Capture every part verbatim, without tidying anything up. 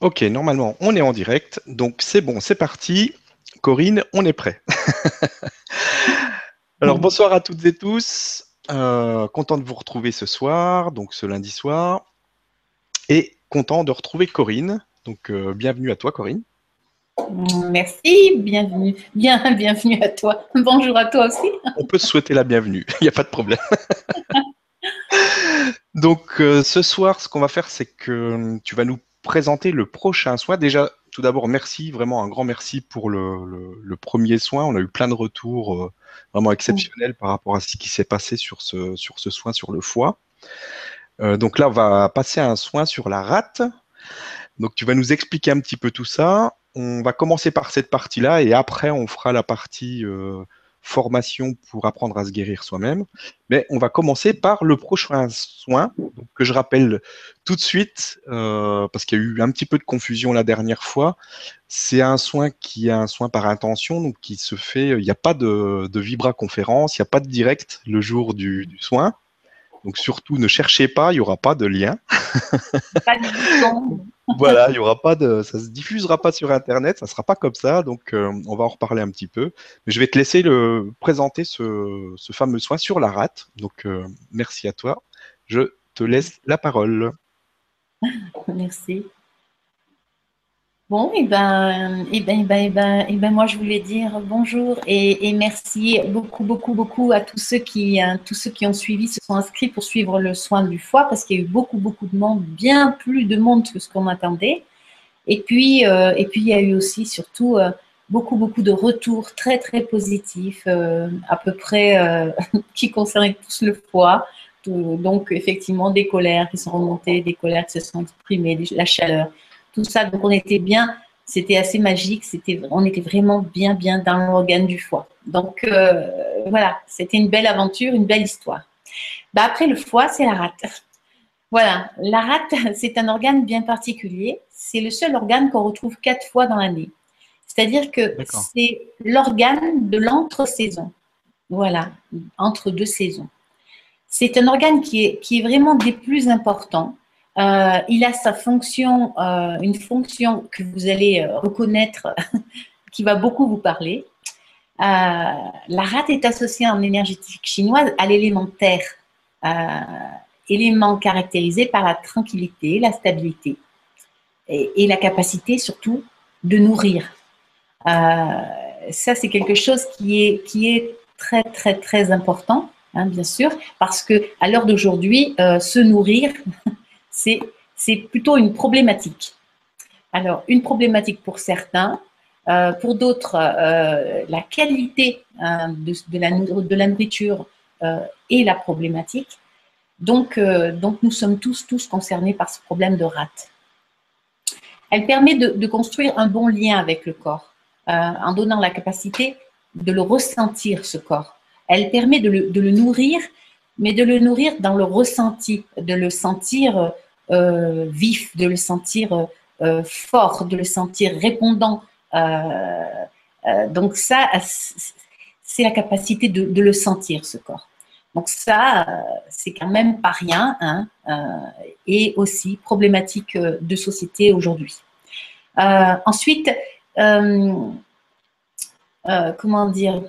Ok, normalement, on est en direct, donc c'est bon, c'est parti. Corinne, on est prêt. Alors, bonsoir à toutes et tous. Euh, content de vous retrouver ce soir, donc ce lundi soir, et content de retrouver Corinne. Donc, euh, bienvenue à toi, Corinne. Merci, bienvenue, bien, bienvenue à toi. Bonjour à toi aussi. On peut se souhaiter la bienvenue, il n'y a pas de problème. Donc, euh, ce soir, ce qu'on va faire, c'est que euh, tu vas nous présenter le prochain soin. Déjà, tout d'abord, merci, vraiment un grand merci pour le, le- le premier soin. On a eu plein de retours euh, vraiment exceptionnels par rapport à ce qui s'est passé sur ce, sur ce soin sur le foie. Euh, donc là, on va passer à un soin sur la rate. Donc, tu vas nous expliquer un petit peu tout ça. On va commencer par cette partie-là et après, on fera la partie euh, formation pour apprendre à se guérir soi-même. Mais on va commencer par le prochain soin, donc, que je rappelle tout de suite, euh, parce qu'il y a eu un petit peu de confusion la dernière fois. C'est un soin qui est un soin par intention, donc qui se fait, il n'y a pas de, de vibra-conférence, il n'y a pas de direct le jour du, du soin. Donc surtout, ne cherchez pas, il n'y aura pas de lien. Pas de bouton. Voilà, il y aura pas de, ça se diffusera pas sur Internet, ça sera pas comme ça, donc euh, on va en reparler un petit peu. Mais je vais te laisser le, présenter ce, ce fameux soin sur la rate. Donc euh, merci à toi. Je te laisse la parole. Merci. Bon, et ben, et ben, et ben, et ben, et ben, moi, je voulais dire bonjour et, et merci beaucoup, beaucoup, beaucoup à tous ceux qui, hein, tous ceux qui ont suivi, se sont inscrits pour suivre le soin du foie, parce qu'il y a eu beaucoup, beaucoup de monde, bien plus de monde que ce qu'on attendait. Et puis, euh, et puis, il y a eu aussi, surtout, euh, beaucoup, beaucoup de retours très, très positifs, euh, à peu près, euh, qui concernaient tous le foie. Tout- Donc, effectivement, des colères qui sont remontées, des colères qui se sont exprimées, des- la chaleur, tout ça. Donc, on était bien, c'était assez magique, c'était, on était vraiment bien, bien dans l'organe du foie. Donc, euh, voilà, c'était une belle aventure, une belle histoire. Bah, après, le foie, c'est la rate. Voilà, la rate, c'est un organe bien particulier. C'est le seul organe qu'on retrouve quatre fois dans l'année. C'est-à-dire que D'accord. c'est l'organe de l'entre-saison. Voilà, entre deux saisons. C'est un organe qui est, qui est vraiment des plus importants. Euh, il a sa fonction, euh, une fonction que vous allez euh, reconnaître, qui va beaucoup vous parler. Euh, la rate est associée en énergétique chinoise à l'élément terre, euh, élément caractérisé par la tranquillité, la stabilité et, et la capacité surtout de nourrir. Euh, Ça, c'est quelque chose qui est, qui est très, très, très important, hein, bien sûr, parce que à l'heure d'aujourd'hui, euh, se nourrir, c'est, c'est plutôt une problématique. Alors, une problématique pour certains, euh, pour d'autres, euh, la qualité hein, de, de, la, de, la, nourriture euh, est la problématique. Donc, euh, donc, nous sommes tous, tous concernés par ce problème de rate. Elle permet de, de construire un bon lien avec le corps, euh, en donnant la capacité de le ressentir, ce corps. Elle permet de le, de le nourrir, mais de le nourrir dans le ressenti, de le sentir euh, vif, de le sentir euh, fort, de le sentir répondant. Euh, euh, donc ça, c'est la capacité de, de, le sentir, ce corps. Donc ça, euh, c'est quand même pas rien, hein, euh, et aussi problématique de société aujourd'hui. Euh, ensuite, euh, euh, comment dire,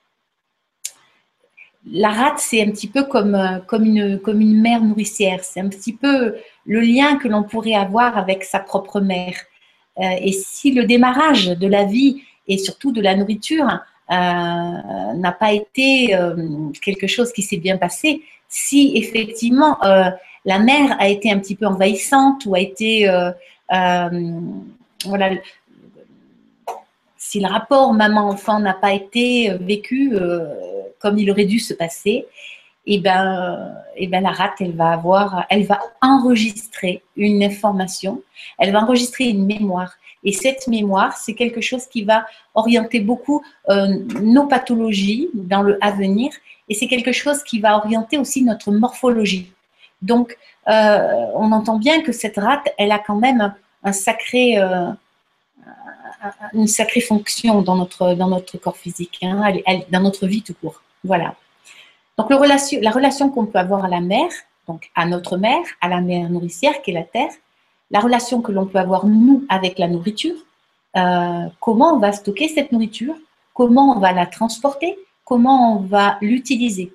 la rate, c'est un petit peu comme, comme, une, comme une mère nourricière. C'est un petit peu le lien que l'on pourrait avoir avec sa propre mère. Euh, et si le démarrage de la vie et surtout de la nourriture euh, n'a pas été euh, quelque chose qui s'est bien passé, si effectivement euh, la mère a été un petit peu envahissante ou a été, euh, euh, voilà, si le rapport maman-enfant n'a pas été vécu euh, comme il aurait dû se passer, et ben, et ben la rate, elle va avoir, elle va enregistrer une information, elle va enregistrer une mémoire. Et cette mémoire, c'est quelque chose qui va orienter beaucoup euh, nos pathologies dans le à venir, et c'est quelque chose qui va orienter aussi notre morphologie. Donc, euh, on entend bien que cette rate, elle a quand même un sacré, euh, une sacrée fonction dans notre, dans notre corps physique, hein, elle, elle, dans notre vie tout court. Voilà. Donc, le relation, la relation qu'on peut avoir à la mère, donc à notre mère, à la mère nourricière qui est la terre, la relation que l'on peut avoir, nous, avec la nourriture, euh, comment on va stocker cette nourriture, comment on va la transporter, comment on va l'utiliser.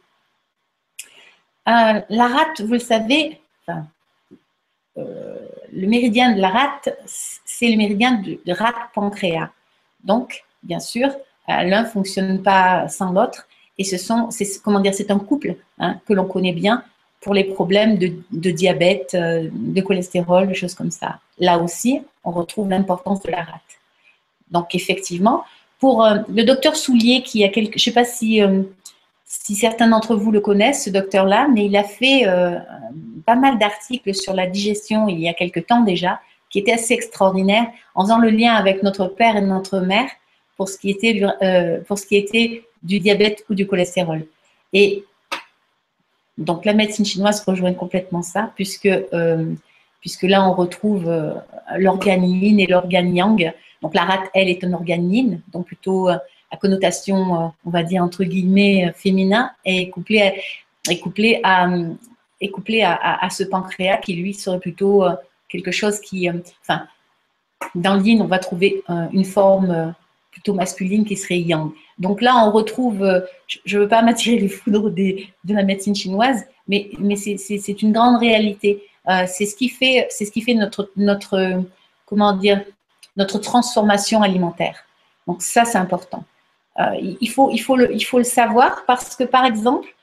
Euh, la rate, vous le savez, enfin, euh, le méridien de la rate, c'est le méridien de, de rate-pancréas. Donc, bien sûr, euh, l'un ne fonctionne pas sans l'autre. Et ce sont, c'est, comment dire, c'est un couple hein, que l'on connaît bien pour les problèmes de, de diabète, euh, de cholestérol, des choses comme ça. Là aussi, on retrouve l'importance de la rate. Donc, effectivement, pour euh, le docteur Soulier, qui a quelques, je ne sais pas si, euh, si certains d'entre vous le connaissent, ce docteur-là, mais il a fait euh, pas mal d'articles sur la digestion il y a quelque temps déjà, qui étaient assez extraordinaires, en faisant le lien avec notre père et notre mère pour ce qui était du, euh, pour ce qui était du diabète ou du cholestérol. Et donc, la médecine chinoise rejoint complètement ça, puisque, euh, puisque là, on retrouve euh, l'organe yin et l'organe yang. Donc, la rate, elle, est un organe yin, donc plutôt euh, à connotation, euh, on va dire, entre guillemets, euh, féminin, et couplé à, et couplé à, et couplé à, à, à ce pancréas qui, lui, serait plutôt euh, quelque chose qui… Euh, enfin, dans le yin, on va trouver euh, une forme… Euh, plutôt masculine qui serait yang. Donc là, on retrouve, euh, je ne veux pas m'attirer les foudres des, de la médecine chinoise, mais, mais c'est une grande réalité. Euh, c'est ce qui fait, c'est ce qui fait notre, notre, comment dire, notre transformation alimentaire. Donc ça, c'est important. Euh, il, faut, il, faut le, il faut le savoir parce que, par exemple,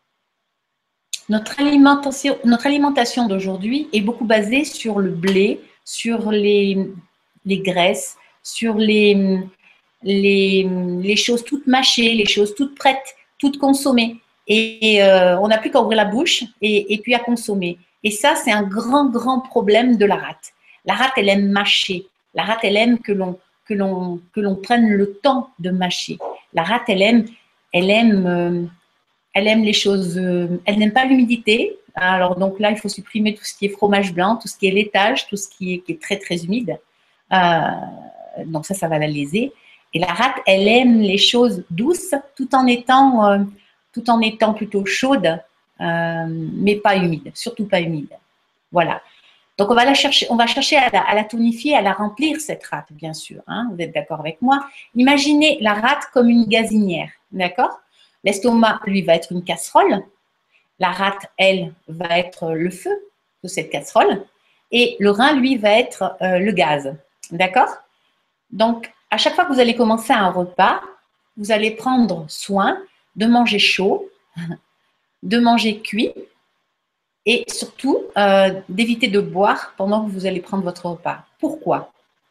notre alimentation, notre alimentation d'aujourd'hui est beaucoup basée sur le blé, sur les, les graisses, sur les… Les, les choses toutes mâchées, les choses toutes prêtes, toutes consommées. Et euh, on n'a plus qu'à ouvrir la bouche et, et puis à consommer. Et ça, c'est un grand, grand problème de la rate. La rate, elle aime mâcher. La rate, elle aime que l'on que l'on que l'on prenne le temps de mâcher. La rate, elle aime, elle aime, euh, elle aime les choses. Euh, elle n'aime pas l'humidité. Alors donc là, il faut supprimer tout ce qui est fromage blanc, tout ce qui est laitage, tout ce qui est, qui est très très humide. Euh, donc ça, ça va la léser. Et la rate, elle aime les choses douces tout en étant, euh, tout en étant plutôt chaude, euh, mais pas humide, surtout pas humide. Voilà. Donc, on va, la chercher, on va chercher à la, à la tonifier, à la remplir, cette rate, bien sûr. Hein, vous êtes d'accord avec moi? Imaginez la rate comme une gazinière, d'accord? L'estomac, lui, va être une casserole. La rate, elle, va être le feu de cette casserole. Et le rein, lui, va être euh, le gaz, d'accord? Donc, à chaque fois que vous allez commencer un repas, vous allez prendre soin de manger chaud, de manger cuit et surtout euh, d'éviter de boire pendant que vous allez prendre votre repas. Pourquoi?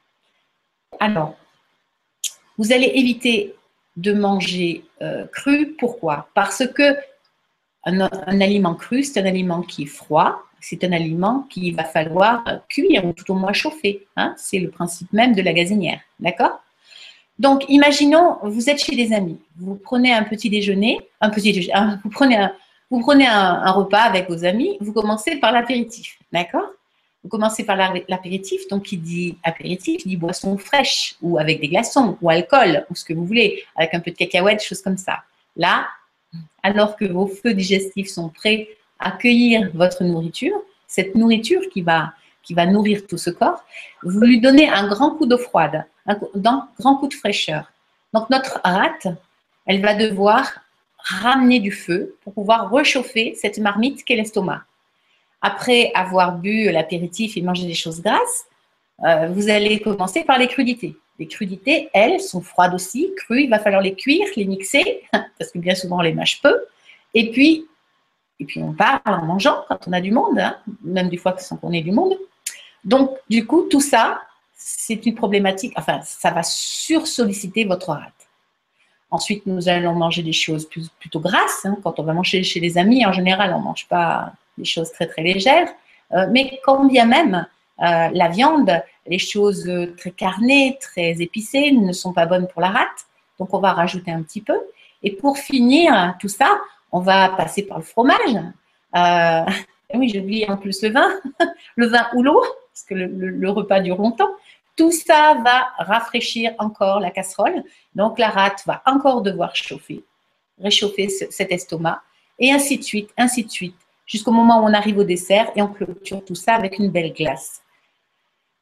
Alors, vous allez éviter de manger euh, cru. Pourquoi? Parce que un, un aliment cru, c'est un aliment qui est froid, c'est un aliment qu'il va falloir cuire ou tout au moins chauffer. Hein? C'est le principe même de la gazinière, d'accord? Donc, imaginons, vous êtes chez des amis, vous prenez un petit déjeuner, un petit déjeuner, vous prenez un, vous prenez un, un repas avec vos amis, vous commencez par l'apéritif, d'accord? Vous commencez par l'apéritif, donc qui dit apéritif, dit boisson fraîche, ou avec des glaçons, ou alcool, ou ce que vous voulez, avec un peu de cacahuètes, choses comme ça. Là, alors que vos feux digestifs sont prêts à accueillir votre nourriture, cette nourriture qui va qui va nourrir tout ce corps, vous lui donnez un grand coup d'eau froide, un grand coup de fraîcheur. Donc, notre rate, elle va devoir ramener du feu pour pouvoir réchauffer cette marmite qu'est l'estomac. Après avoir bu l'apéritif et mangé des choses grasses, euh, vous allez commencer par les crudités. Les crudités, elles, sont froides aussi, crues, il va falloir les cuire, les mixer, parce que bien souvent on les mâche peu. Et puis, et puis on parle en mangeant quand on a du monde, hein, même des fois sans qu'on ait du monde. Donc, du coup, tout ça, c'est une problématique, enfin, ça va sursolliciter votre rate. Ensuite, nous allons manger des choses plus, plutôt grasses. Hein. Quand on va manger chez les amis, en général, on ne mange pas des choses très, très légères. Euh, mais quand bien même, euh, la viande, les choses très carnées, très épicées ne sont pas bonnes pour la rate. Donc, on va rajouter un petit peu. Et pour finir tout ça, on va passer par le fromage. Euh, oui, j'oublie en plus le vin, le vin ou l'eau, parce que le, le, le repas dure longtemps. Tout ça va rafraîchir encore la casserole. Donc, la rate va encore devoir chauffer, réchauffer ce, cet estomac, et ainsi de suite, ainsi de suite, jusqu'au moment où on arrive au dessert et on clôture tout ça avec une belle glace.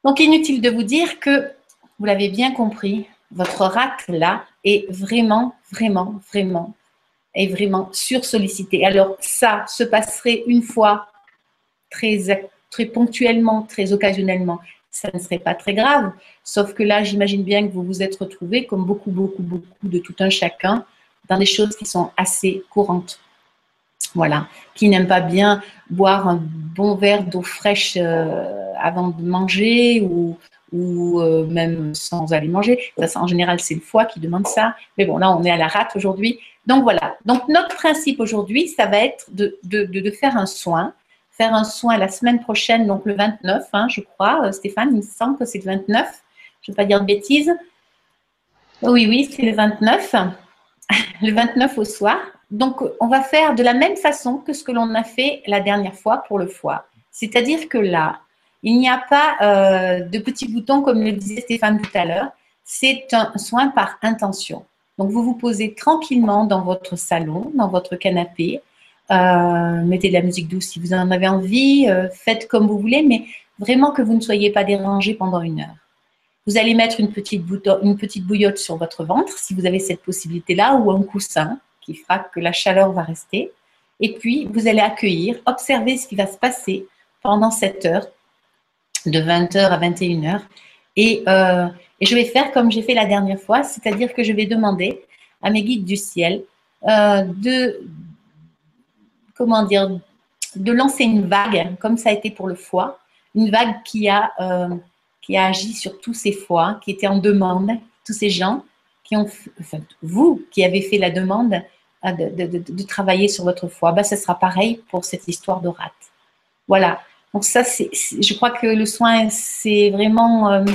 Donc, inutile de vous dire que, vous l'avez bien compris, votre rate là est vraiment, vraiment, vraiment, est vraiment sursollicité. Alors, ça se passerait une fois, très, très ponctuellement, très occasionnellement. Ça ne serait pas très grave, sauf que là, j'imagine bien que vous vous êtes retrouvés, comme beaucoup, beaucoup, beaucoup de tout un chacun, dans des choses qui sont assez courantes. Voilà, qui n'aiment pas bien boire un bon verre d'eau fraîche euh, avant de manger ou, ou euh, même sans aller manger. Ça, en général, c'est le foie qui demande ça. Mais bon, là, on est à la rate aujourd'hui. Donc voilà. Donc notre principe aujourd'hui, ça va être de, de, de, de faire un soin. Faire un soin la semaine prochaine, donc le vingt-neuf, hein, je crois. Stéphane, il me semble que c'est le vingt-neuf. Je ne vais pas dire de bêtises. Oui, oui, c'est le vingt-neuf. Le vingt-neuf au soir. Donc, on va faire de la même façon que ce que l'on a fait la dernière fois pour le foie. C'est-à-dire que là, il n'y a pas euh, de petits boutons, comme le disait Stéphane tout à l'heure. C'est un soin par intention. Donc, vous vous posez tranquillement dans votre salon, dans votre canapé. Euh, mettez de la musique douce si vous en avez envie. Euh, faites comme vous voulez, mais vraiment que vous ne soyez pas dérangé pendant une heure. Vous allez mettre une petite, une petite bouillotte sur votre ventre, si vous avez cette possibilité-là, ou un coussin qui fera que la chaleur va rester. Et puis, vous allez accueillir, observer ce qui va se passer pendant cette heure, de vingt heures à vingt et une heures. Et, euh, et je vais faire comme j'ai fait la dernière fois, c'est-à-dire que je vais demander à mes guides du ciel euh, de, comment dire, de lancer une vague, comme ça a été pour le foie, une vague qui a... Euh, qui a agi sur tous ces foies, qui étaient en demande, tous ces gens qui ont, enfin, vous qui avez fait la demande de, de, de, de travailler sur votre foie, ben, ce sera pareil pour cette histoire de rate. Voilà. Donc ça, c'est, je crois que le soin, c'est vraiment... Euh...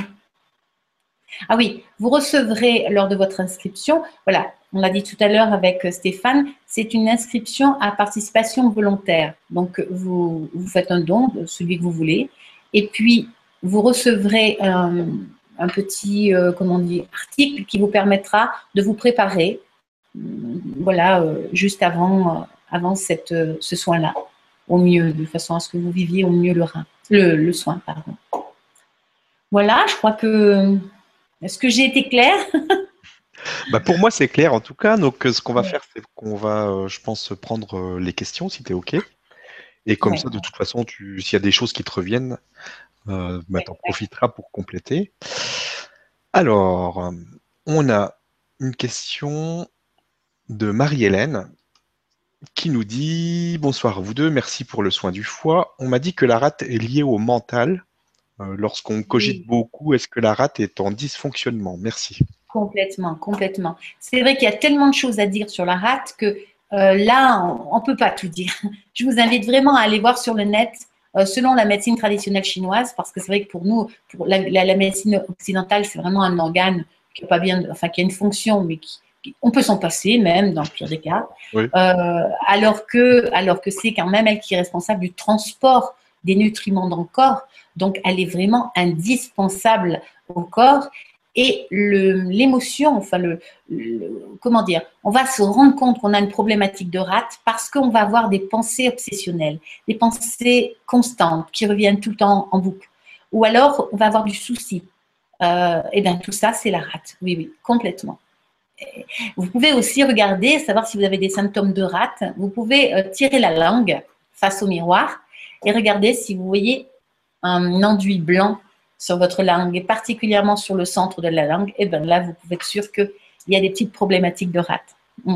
Ah oui, vous recevrez lors de votre inscription, voilà, on l'a dit tout à l'heure avec Stéphane, c'est une inscription à participation volontaire. Donc, vous, vous faites un don, celui que vous voulez, et puis, vous recevrez un, un petit euh, comment dire, article qui vous permettra de vous préparer voilà, euh, juste avant, euh, avant cette, euh, ce soin-là, au mieux, de façon à ce que vous viviez au mieux le, rein, le, le soin. Pardon. Voilà, je crois que... Est-ce que j'ai été claire? Bah pour moi, c'est clair en tout cas. Donc, ce qu'on va faire, c'est qu'on va, euh, je pense, prendre euh, les questions si tu es OK. Et comme Ouais. ça, de toute façon, tu, s'il y a des choses qui te reviennent, euh, bah, tu en profiteras pour compléter. Alors, on a une question de Marie-Hélène qui nous dit « Bonsoir à vous deux, merci pour le soin du foie. On m'a dit que la rate est liée au mental. Euh, lorsqu'on cogite Oui. beaucoup, est-ce que la rate est en dysfonctionnement? Merci. » Complètement, complètement. C'est vrai qu'il y a tellement de choses à dire sur la rate que euh, là, on ne peut pas tout dire. Je vous invite vraiment à aller voir sur le net, euh, selon la médecine traditionnelle chinoise, parce que c'est vrai que pour nous, pour la, la, la médecine occidentale, c'est vraiment un organe qui a pas bien, enfin qui a une fonction, mais qui, qui on peut s'en passer même dans le pire des cas. Oui. Euh, alors que, alors que c'est quand même elle qui est responsable du transport des nutriments dans le corps. Donc, elle est vraiment indispensable au corps. Et l'émotion, enfin, le, le, comment dire, on va se rendre compte qu'on a une problématique de rate parce qu'on va avoir des pensées obsessionnelles, des pensées constantes qui reviennent tout le temps en boucle. Ou alors, on va avoir du souci. Euh, et bien, tout ça, c'est la rate. Oui, oui, complètement. Et vous pouvez aussi regarder, savoir si vous avez des symptômes de rate. Vous pouvez euh, tirer la langue face au miroir et regarder si vous voyez un enduit blanc sur votre langue et particulièrement sur le centre de la langue, et bien là, vous pouvez être sûr qu'il y a des petites problématiques de rate. Mm.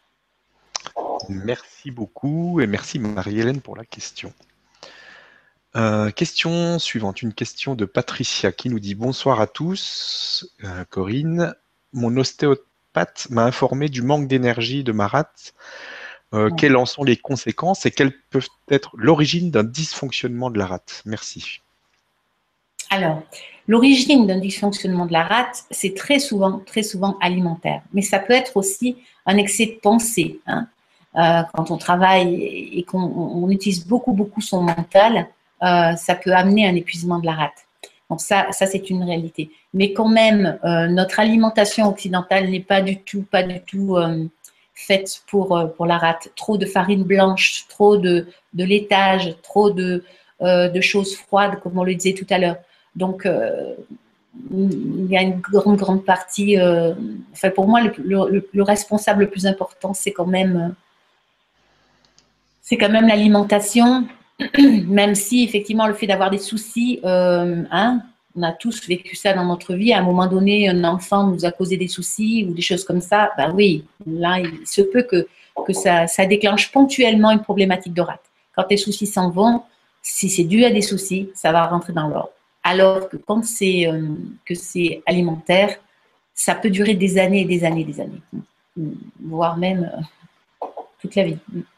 Merci beaucoup et merci Marie-Hélène pour la question. Euh, question suivante, une question de Patricia qui nous dit « Bonsoir à tous, euh, Corinne. Mon ostéopathe m'a informé du manque d'énergie de ma rate. Euh, Ouais. Quelles en sont les conséquences et quelles peuvent être l'origine d'un dysfonctionnement de la rate? Merci. » Alors, l'origine d'un dysfonctionnement de la rate, c'est très souvent, très souvent alimentaire. Mais ça peut être aussi un excès de pensée. Hein. Euh, quand on travaille et qu'on on utilise beaucoup, beaucoup son mental, euh, ça peut amener un épuisement de la rate. Donc ça, ça c'est une réalité. Mais quand même, euh, notre alimentation occidentale n'est pas du tout, pas du tout euh, faite pour, euh, pour la rate. Trop de farine blanche, trop de, de laitage, trop de, euh, de choses froides, comme on le disait tout à l'heure. Donc, euh, il y a une grande, grande partie. Euh, enfin, pour moi, le, le, le responsable le plus important, c'est quand même, c'est quand même l'alimentation. Même si, effectivement, le fait d'avoir des soucis, euh, hein, on a tous vécu ça dans notre vie. À un moment donné, un enfant nous a causé des soucis ou des choses comme ça. Ben oui, là, il se peut que, que ça, ça déclenche ponctuellement une problématique de rate. Quand les soucis s'en vont, si c'est dû à des soucis, ça va rentrer dans l'ordre. Alors que quand c'est euh, que c'est alimentaire, ça peut durer des années et des années et des années, voire même euh, toute la vie.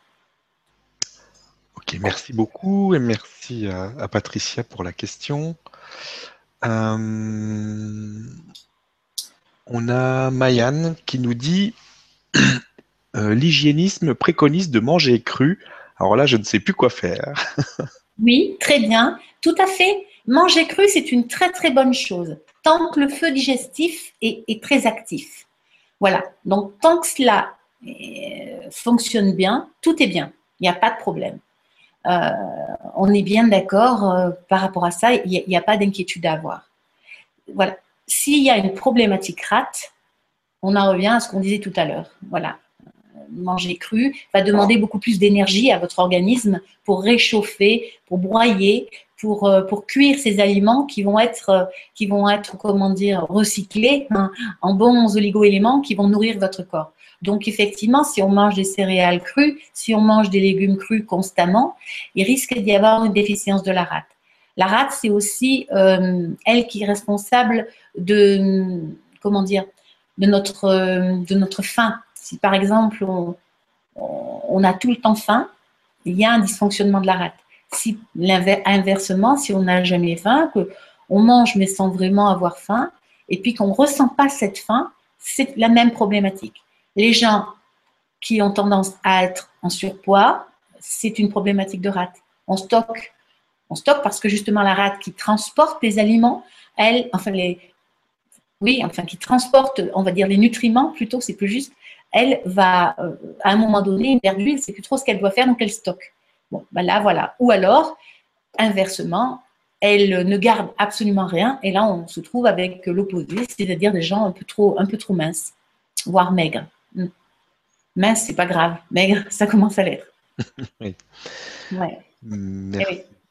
Ok, merci beaucoup et merci à, à Patricia pour la question. Euh, on a Mayan qui nous dit euh, l'hygiénisme préconise de manger cru. Alors là, je ne sais plus quoi faire. Oui, très bien, tout à fait. Manger cru, c'est une très très bonne chose, tant que le feu digestif est, est très actif. Voilà, donc tant que cela euh, fonctionne bien, tout est bien, il n'y a pas de problème. Euh, on est bien d'accord euh, par rapport à ça, il n'y a, a pas d'inquiétude à avoir. Voilà, s'il y a une problématique rate, on en revient à ce qu'on disait tout à l'heure. Voilà, manger cru va demander beaucoup plus d'énergie à votre organisme pour réchauffer, pour broyer, pour, euh, pour cuire ces aliments qui vont être, euh, qui vont être comment dire, recyclés hein, en bons oligo-éléments qui vont nourrir votre corps. Donc effectivement, si on mange des céréales crues, si on mange des légumes crus constamment, il risque d'y avoir une déficience de la rate. La rate, c'est aussi euh, elle qui est responsable de, comment dire, de notre, euh, de notre faim. Si par exemple on, on a tout le temps faim, il y a un dysfonctionnement de la rate. Si inversement, si on n'a jamais faim, qu'on mange mais sans vraiment avoir faim, et puis qu'on ne ressent pas cette faim, c'est la même problématique. Les gens qui ont tendance à être en surpoids, c'est une problématique de rate. On stocke, on stocke parce que justement la rate qui transporte les aliments, elle, enfin les, oui, enfin qui transporte, on va dire les nutriments plutôt, c'est plus juste, elle va, euh, à un moment donné, perdre l'huile, c'est plus trop ce qu'elle doit faire, donc elle stocke. Bon, ben là, voilà. Ou alors, inversement, elle ne garde absolument rien, et là, on se trouve avec l'opposé, c'est-à-dire des gens un peu trop, un peu trop minces, voire maigres. Hum. Mince, c'est pas grave. Maigre, ça commence à l'être. Oui. Ouais. Merci. Et oui.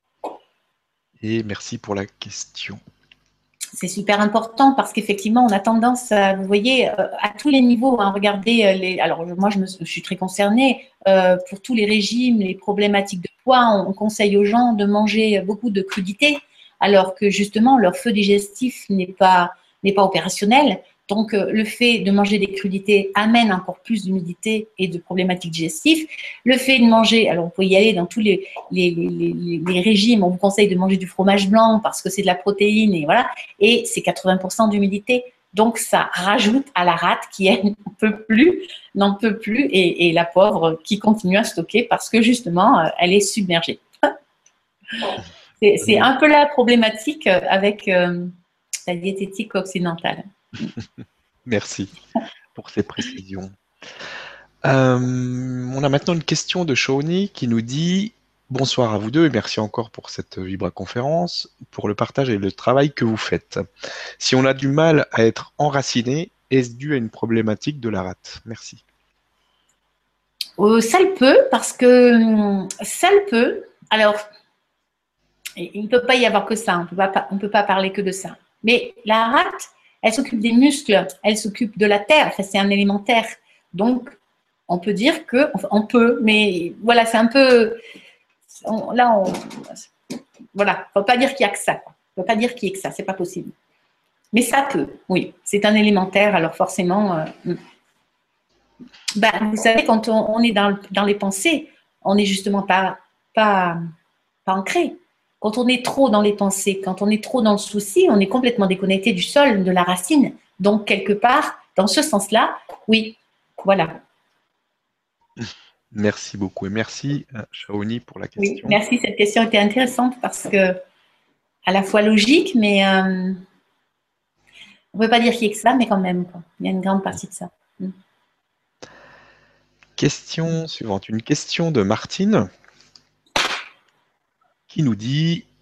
Et merci pour la question. C'est super important parce qu'effectivement, on a tendance, à, vous voyez, à tous les niveaux, hein, regardez les. Alors, moi, je, me, je suis très concernée euh, pour tous les régimes, les problématiques de poids. On, on conseille aux gens de manger beaucoup de crudités, alors que justement, leur feu digestif n'est pas, n'est pas opérationnel. Donc, euh, le fait de manger des crudités amène encore plus d'humidité et de problématiques digestives. Le fait de manger, alors on peut y aller dans tous les, les, les, les, les régimes, on vous conseille de manger du fromage blanc parce que c'est de la protéine et voilà, et c'est quatre-vingts pour cent d'humidité. Donc, ça rajoute à la rate qui, elle, n'en peut plus, n'en peut plus, et, et la pauvre qui continue à stocker parce que justement, elle est submergée. C'est, c'est un peu la problématique avec euh, la diététique occidentale. Merci pour ces précisions. Euh, on a maintenant une question de Shawnee qui nous dit bonsoir à vous deux et merci encore pour cette vibra-conférence, pour le partage et le travail que vous faites. Si on a du mal à être enraciné, est-ce dû à une problématique de la rate? Merci. Euh, ça le peut, parce que ça le peut. Alors, il ne peut pas y avoir que ça, on ne peut pas parler que de ça. Mais la rate, elle s'occupe des muscles, elle s'occupe de la terre, enfin, c'est un élémentaire. Donc, on peut dire que, enfin, on peut, mais voilà, c'est un peu, on, là, on, voilà, il ne faut pas dire qu'il n'y a que ça. Il ne faut pas dire qu'il y ait que ça, c'est pas possible. Mais ça peut, oui, c'est un élémentaire, alors forcément, euh, ben, vous savez, quand on, on est dans, dans, les pensées, on n'est justement pas, pas, pas ancré. Quand on est trop dans les pensées, quand on est trop dans le souci, on est complètement déconnecté du sol, de la racine. Donc, quelque part, dans ce sens-là, oui, voilà. Merci beaucoup et merci Shawnee pour la question. Oui, merci. Cette question était intéressante parce que à la fois logique, mais euh, on ne peut pas dire qu'il y ait que ça, mais quand même, quoi. Il y a une grande partie de ça. Mm. Question suivante, une question de Martine qui nous dit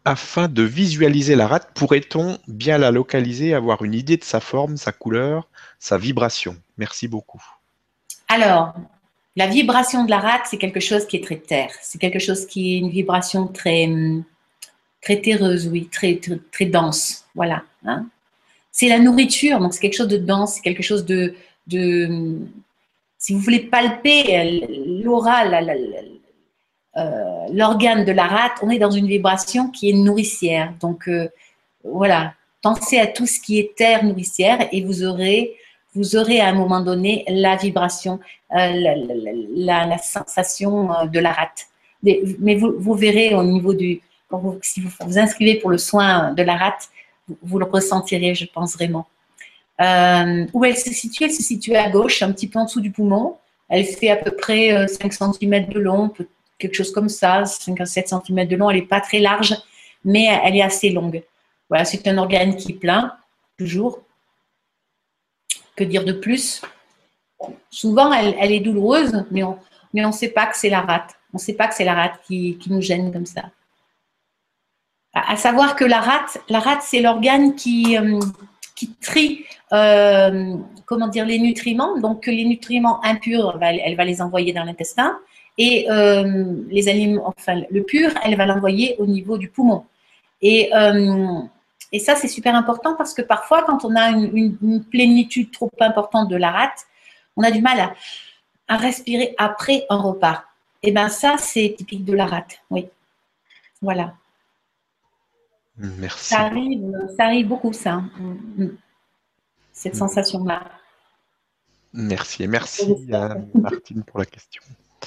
Afin de visualiser la rate, pourrait-on bien la localiser, avoir une idée de sa forme, sa couleur, sa vibration? Merci beaucoup. Alors, la vibration de la rate, c'est quelque chose qui est très terre. C'est quelque chose qui est une vibration très, très terreuse, oui, très, très, très dense. Voilà. Hein. C'est la nourriture, donc c'est quelque chose de dense, c'est quelque chose de, de. Si vous voulez palper l'aura, l'organe de la rate, on est dans une vibration qui est nourricière. Donc, euh, voilà, pensez à tout ce qui est terre nourricière et vous aurez, vous aurez à un moment donné la vibration, euh, la, la, la, la, sensation de la rate. Mais, mais vous, vous verrez au niveau du, quand vous, si vous vous inscrivez pour le soin de la rate, vous, vous le ressentirez, je pense vraiment. Euh, où elle se situe? Elle se situe à gauche, un petit peu en dessous du poumon. Elle fait à peu près cinq centimètres de long, quelque chose comme ça, cinq à sept centimètres de long. Elle n'est pas très large, mais elle est assez longue. Voilà, c'est un organe qui est plein, toujours. Que dire de plus? Souvent, elle, elle est douloureuse, mais on mais ne sait pas que c'est la rate. On ne sait pas que c'est la rate qui, qui nous gêne comme ça. À, à savoir que la rate, la rate, c'est l'organe qui, euh, qui trie euh, comment dire, les nutriments. Donc, les nutriments impurs, elle va, elle va les envoyer dans l'intestin. Et euh, les aliments, enfin, le pur, elle va l'envoyer au niveau du poumon. Et, euh, et ça, c'est super important parce que parfois, quand on a une, une, une plénitude trop importante de la rate, on a du mal à, à respirer après un repas. Et bien ça, c'est typique de la rate, oui. Voilà. Merci. Ça arrive, ça arrive beaucoup, ça, cette sensation-là. Merci. Et merci à Martine pour la question.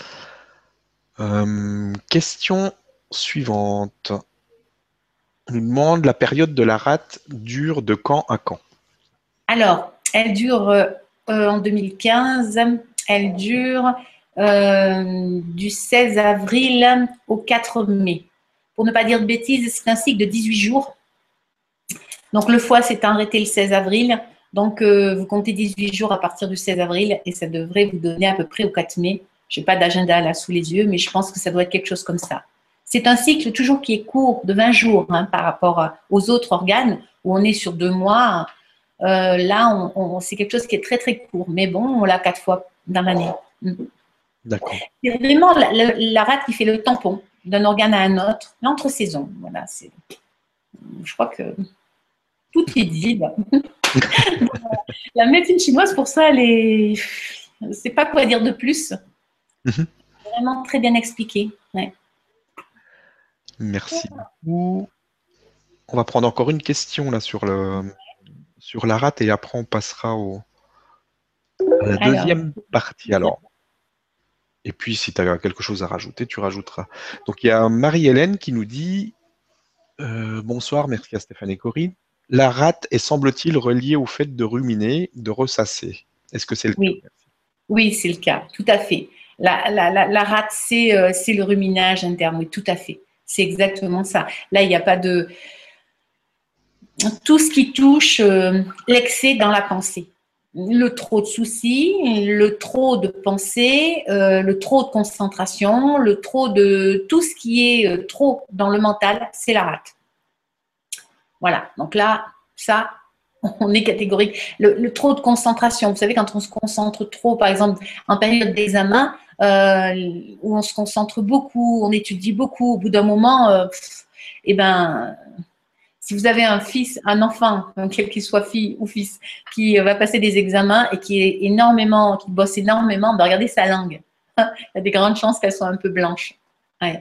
Euh, question suivante. On nous demande, la période de la rate dure de quand à quand? Alors, elle dure euh, en deux mille quinze, elle dure euh, du seize avril au quatre mai. Pour ne pas dire de bêtises, c'est un cycle de dix-huit jours. Donc, le foie s'est arrêté le seize avril. Donc, euh, vous comptez dix-huit jours à partir du seize avril et ça devrait vous donner à peu près au quatre mai. Je n'ai pas d'agenda là sous les yeux, mais je pense que ça doit être quelque chose comme ça. C'est un cycle toujours qui est court, de vingt jours hein, par rapport aux autres organes, où on est sur deux mois. Euh, là, on, on, c'est quelque chose qui est très, très court. Mais bon, on l'a quatre fois dans l'année. D'accord. C'est vraiment la, la, la rate qui fait le tampon d'un organe à un autre, l'entre-saison. Voilà, c'est... Je crois que tout est dit. La médecine chinoise, pour ça, elle est... Je ne sais pas quoi dire de plus. Mm-hmm. Vraiment très bien expliqué. Ouais. Merci beaucoup. On va prendre encore une question là sur, le, sur la rate et après on passera au, à la deuxième Alors, partie. Alors, et puis si tu as quelque chose à rajouter, tu rajouteras. Donc il y a Marie-Hélène qui nous dit euh, bonsoir, merci à Stéphane et Corinne. La rate est semble-t-il reliée au fait de ruminer, de ressasser. Est-ce que c'est le oui. cas? Oui, c'est le cas, tout à fait. La, la, la, la rate, c'est euh, le ruminage interne, oui, tout à fait. C'est exactement ça. Là, il n'y a pas de... Tout ce qui touche euh, l'excès dans la pensée. Le trop de soucis, le trop de pensée, euh, le trop de concentration, le trop de... Tout ce qui est euh, trop dans le mental, c'est la rate. Voilà, donc là, ça, on est catégorique. Le, le trop de concentration, vous savez, quand on se concentre trop, par exemple, en période d'examen, euh, où on se concentre beaucoup, on étudie beaucoup, au bout d'un moment, euh, eh ben, si vous avez un fils, un enfant, quel qu'il soit fille ou fils, qui va passer des examens et qui est énormément, qui bosse énormément, ben regardez sa langue. Il y a des grandes chances qu'elle soit un peu blanche. Ouais.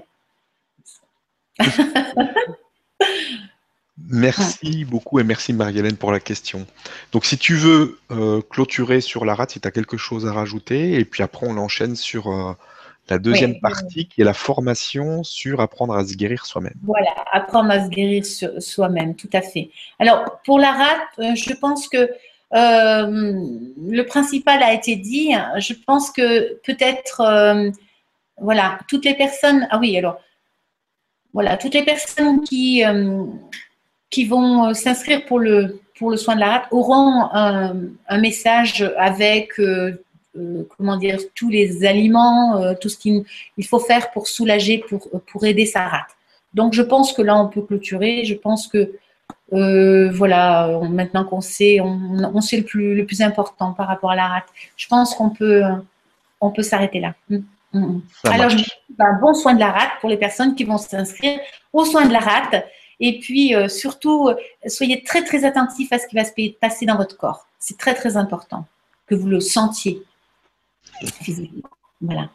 Merci beaucoup et merci Marie-Hélène pour la question. Donc si tu veux euh, clôturer sur la rate, si tu as quelque chose à rajouter, et puis après on enchaîne sur euh, la deuxième oui. partie qui est la formation sur apprendre à se guérir soi-même. Voilà, apprendre à se guérir soi-même, tout à fait. Alors pour la rate, je pense que euh, le principal a été dit. Je pense que peut-être, euh, voilà, toutes les personnes, ah oui, alors, voilà, toutes les personnes qui... Euh, qui vont s'inscrire pour le, pour le soin de la rate auront un, un message avec, euh, euh, comment dire, tous les aliments, euh, tout ce qu'il il faut faire pour soulager, pour, pour aider sa rate. Donc, je pense que là, on peut clôturer. Je pense que, euh, voilà, on- maintenant qu'on sait, on, on sait le plus, le plus important par rapport à la rate. Je pense qu'on peut, on peut s'arrêter là. Mm, mm, mm. Ça Alors, je vous marche. souhaite un bon soin de la rate pour les personnes qui vont s'inscrire aux soins de la rate. Et puis, euh, surtout, euh, soyez très, très attentifs à ce qui va se passer dans votre corps. C'est très, très important que vous le sentiez physiquement. Voilà.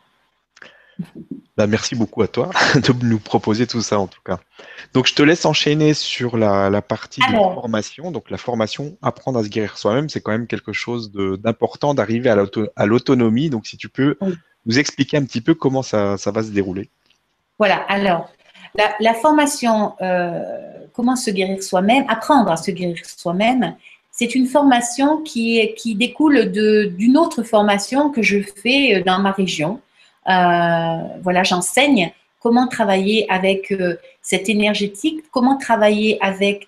Bah, merci beaucoup à toi de nous proposer tout ça en tout cas. Donc je te laisse enchaîner sur la, la partie de la Alors, formation. Donc la formation, apprendre à se guérir soi-même, c'est quand même quelque chose de- d'important d'arriver à l'auto- à l'autonomie. Donc si tu peux oui. nous expliquer un petit peu comment ça, ça va se dérouler. Voilà. Alors, la, la formation, euh, comment se guérir soi-même, apprendre à se guérir soi-même, c'est une formation qui, est, qui découle de- d'une autre formation que je fais dans ma région. Euh, voilà, j'enseigne comment travailler avec euh, cette énergétique, comment travailler avec,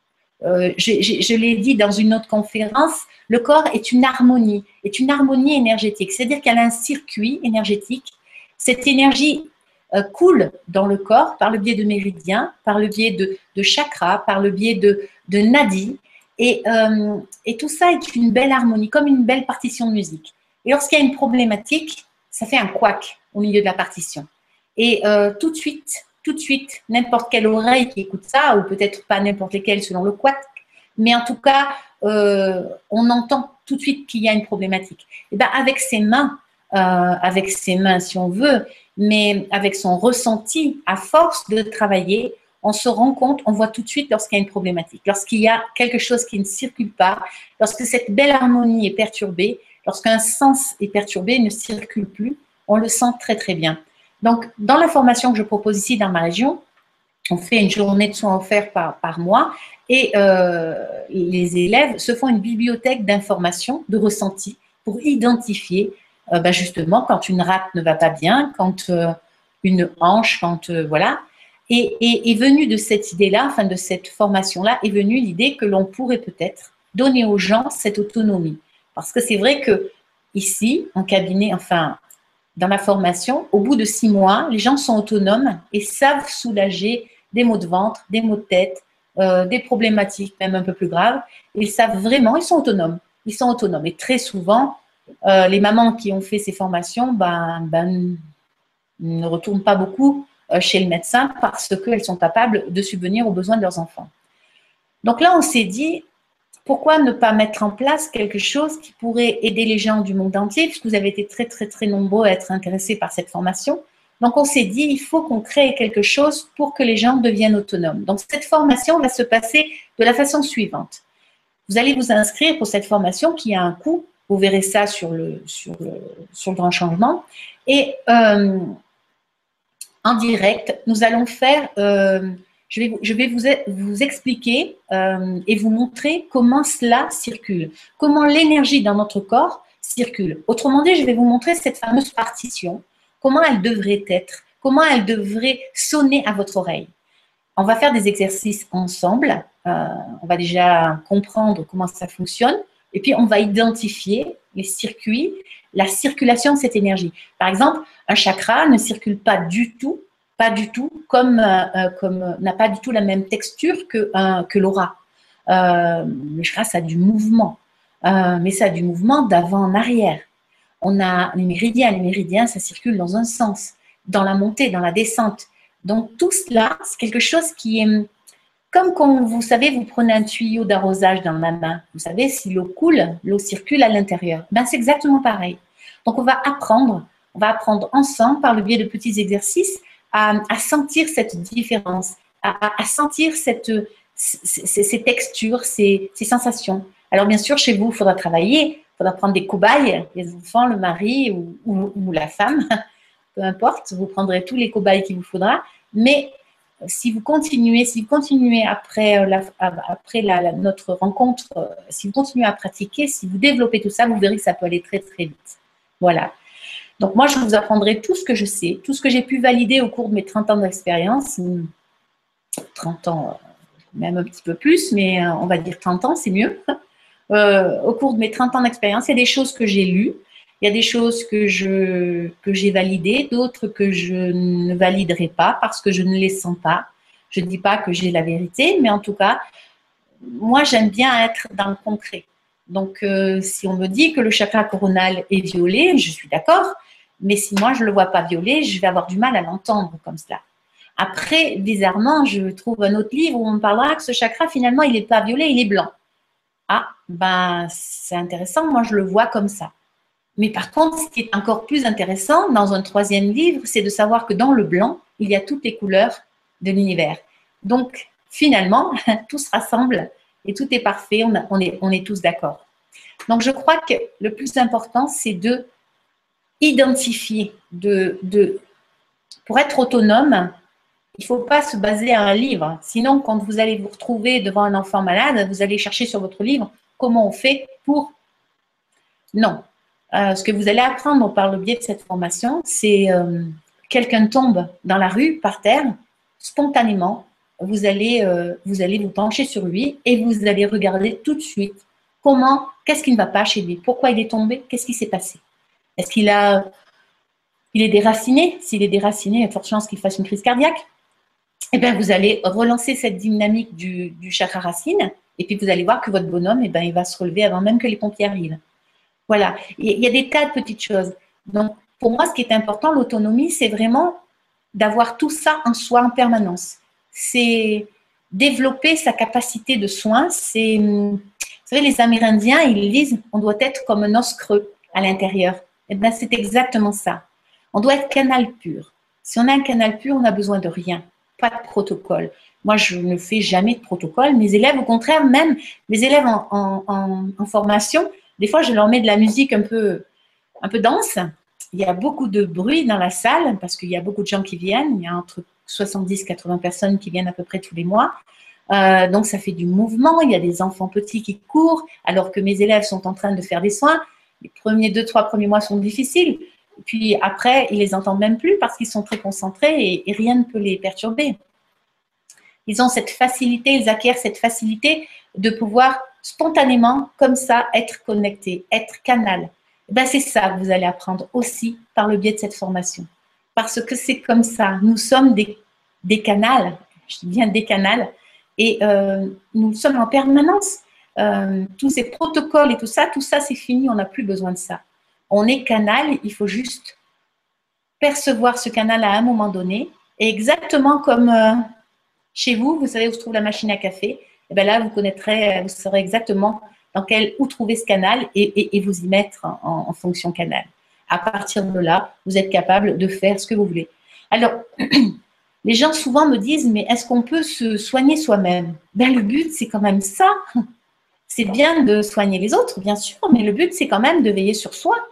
euh, je, je- je l'ai dit dans une autre conférence, le corps est une harmonie, est une harmonie énergétique, c'est-à-dire qu'elle a un circuit énergétique. Cette énergie euh, coule dans le corps par le biais de méridiens, par le biais de, de chakras, par le biais de, de nadis. Et, euh, et tout ça est une belle harmonie, comme une belle partition de musique. Et lorsqu'il y a une problématique, ça fait un couac au milieu de la partition. Et euh, tout de suite, tout de suite, n'importe quelle oreille qui écoute ça, ou peut-être pas n'importe lesquelles selon le couac, mais en tout cas, euh, on entend tout de suite qu'il y a une problématique. Et ben avec ses mains, euh, avec ses mains si on veut, mais avec son ressenti, à force de travailler, on se rend compte, on voit tout de suite lorsqu'il y a une problématique, lorsqu'il y a quelque chose qui ne circule pas, lorsque cette belle harmonie est perturbée, lorsqu'un sens est perturbé, ne circule plus, on le sent très très bien. Donc, dans la formation que je propose ici dans ma région, on fait une journée de soins offerts par, par mois et euh, les élèves se font une bibliothèque d'informations, de ressentis pour identifier euh, ben justement quand une rate ne va pas bien, quand euh, une hanche, quand euh, voilà. Et, et est venue de cette idée-là, enfin de cette formation-là, est venue l'idée que l'on pourrait peut-être donner aux gens cette autonomie. Parce que c'est vrai que ici, en cabinet, enfin dans la formation, au bout de six mois, les gens sont autonomes et savent soulager des maux de ventre, des maux de tête, euh, des problématiques même un peu plus graves. Ils savent vraiment, ils sont autonomes. Ils sont autonomes. Et très souvent, euh, les mamans qui ont fait ces formations ben, ben, ne retournent pas beaucoup euh, chez le médecin parce qu'elles sont capables de subvenir aux besoins de leurs enfants. Donc là, on s'est dit, pourquoi ne pas mettre en place quelque chose qui pourrait aider les gens du monde entier, puisque vous avez été très, très, très nombreux à être intéressés par cette formation. Donc, on s'est dit, il faut qu'on crée quelque chose pour que les gens deviennent autonomes. Donc, cette formation va se passer de la façon suivante. Vous allez vous inscrire pour cette formation qui a un coût. Vous verrez ça sur le, sur le, sur le grand changement. Et euh, en direct, nous allons faire... Euh, Je vais, je vais vous, vous expliquer euh, et vous montrer comment cela circule, comment l'énergie dans notre corps circule. Autrement dit, je vais vous montrer cette fameuse partition, comment elle devrait être, comment elle devrait sonner à votre oreille. On va faire des exercices ensemble, euh, on va déjà comprendre comment ça fonctionne, et puis on va identifier les circuits, la circulation de cette énergie. Par exemple, un chakra ne circule pas du tout pas du tout, comme, euh, comme n'a pas du tout la même texture que, euh, que l'aura. Euh, le chakra, ça a du mouvement, euh, mais ça a du mouvement d'avant en arrière. On a les méridiens, les méridiens, ça circule dans un sens, dans la montée, dans la descente. Donc tout cela, c'est quelque chose qui est comme quand vous savez, vous prenez un tuyau d'arrosage dans la main. Vous savez, si l'eau coule, l'eau circule à l'intérieur. Ben, c'est exactement pareil. Donc on va apprendre, on va apprendre ensemble par le biais de petits exercices à, à sentir cette différence, à, à, à sentir cette, ces, ces textures, ces, ces sensations. Alors bien sûr, chez vous, il faudra travailler, il faudra prendre des cobayes, les enfants, le mari ou, ou, ou la femme, peu importe, vous prendrez tous les cobayes qu'il vous faudra, mais si vous continuez, si vous continuez après, la, après la, la, notre rencontre, si vous continuez à pratiquer, si vous développez tout ça, vous verrez que ça peut aller très très vite. Voilà. Donc moi, je vous apprendrai tout ce que je sais, tout ce que j'ai pu valider au cours de mes trente ans d'expérience, trente ans, même un petit peu plus, mais on va dire trente ans, c'est mieux. Euh, au cours de mes trente ans d'expérience, il y a des choses que j'ai lues, il y a des choses que je que j'ai validées, d'autres que je ne validerai pas parce que je ne les sens pas. Je ne dis pas que j'ai la vérité, mais en tout cas, moi, j'aime bien être dans le concret. Donc, euh, si on me dit que le chakra coronal est violet, je suis d'accord. Mais si moi, je ne le vois pas violet, je vais avoir du mal à l'entendre comme cela. Après, bizarrement, je trouve un autre livre où on me parlera que ce chakra, finalement, il n'est pas violet, il est blanc. Ah, ben, c'est intéressant, moi, je le vois comme ça. Mais par contre, ce qui est encore plus intéressant dans un troisième livre, c'est de savoir que dans le blanc, il y a toutes les couleurs de l'univers. Donc, finalement, tout se rassemble et tout est parfait, on, a, on, est, on est tous d'accord. Donc, je crois que le plus important, c'est de identifier, de, de, pour être autonome, il ne faut pas se baser à un livre. Sinon, quand vous allez vous retrouver devant un enfant malade, vous allez chercher sur votre livre comment on fait pour… Non. Euh, ce que vous allez apprendre par le biais de cette formation, c'est euh, quelqu'un tombe dans la rue, par terre, spontanément, vous allez, euh, vous allez vous pencher sur lui et vous allez regarder tout de suite comment, qu'est-ce qui ne va pas chez lui, pourquoi il est tombé, qu'est-ce qui s'est passé. Est-ce qu'il a, il est déraciné? S'il est déraciné, il y a de fortes chances qu'il fasse une crise cardiaque. Eh bien, vous allez relancer cette dynamique du, du chakra racine et puis vous allez voir que votre bonhomme, eh bien, il va se relever avant même que les pompiers arrivent. Voilà, il y a des tas de petites choses. Donc, pour moi, ce qui est important, l'autonomie, c'est vraiment d'avoir tout ça en soi en permanence. C'est développer sa capacité de soin. C'est, vous savez, les Amérindiens, ils disent on doit être comme un os creux à l'intérieur. Et bien, c'est exactement ça. On doit être canal pur. Si on a un canal pur, on n'a besoin de rien, pas de protocole. Moi, je ne fais jamais de protocole. Mes élèves, au contraire, même mes élèves en, en, en, en formation, des fois, je leur mets de la musique un peu, un peu dense. Il y a beaucoup de bruit dans la salle parce qu'il y a beaucoup de gens qui viennent. Il y a entre soixante-dix et quatre-vingts personnes qui viennent à peu près tous les mois. Euh, donc, ça fait du mouvement. Il y a des enfants petits qui courent alors que mes élèves sont en train de faire des soins. Les premiers deux, trois premiers mois sont difficiles. Et puis après, ils les entendent même plus parce qu'ils sont très concentrés et, et rien ne peut les perturber. Ils ont cette facilité, ils acquièrent cette facilité de pouvoir spontanément, comme ça, être connecté, être canal. Ben, c'est ça que vous allez apprendre aussi par le biais de cette formation. Parce que c'est comme ça. Nous sommes des, des canals, je dis bien des canals, et euh, nous sommes en permanence. Euh, tous ces protocoles et tout ça, tout ça, c'est fini, on n'a plus besoin de ça. On est canal, il faut juste percevoir ce canal à un moment donné, et exactement comme euh, chez vous, vous savez où se trouve la machine à café, et bien là, vous connaîtrez, vous saurez exactement dans quel, où trouver ce canal et, et, et vous y mettre en, en fonction canal. À partir de là, vous êtes capable de faire ce que vous voulez. Alors, les gens souvent me disent, mais est-ce qu'on peut se soigner soi-même? Ben, le but, c'est quand même ça. C'est bien de soigner les autres, bien sûr, mais le but, c'est quand même de veiller sur soi.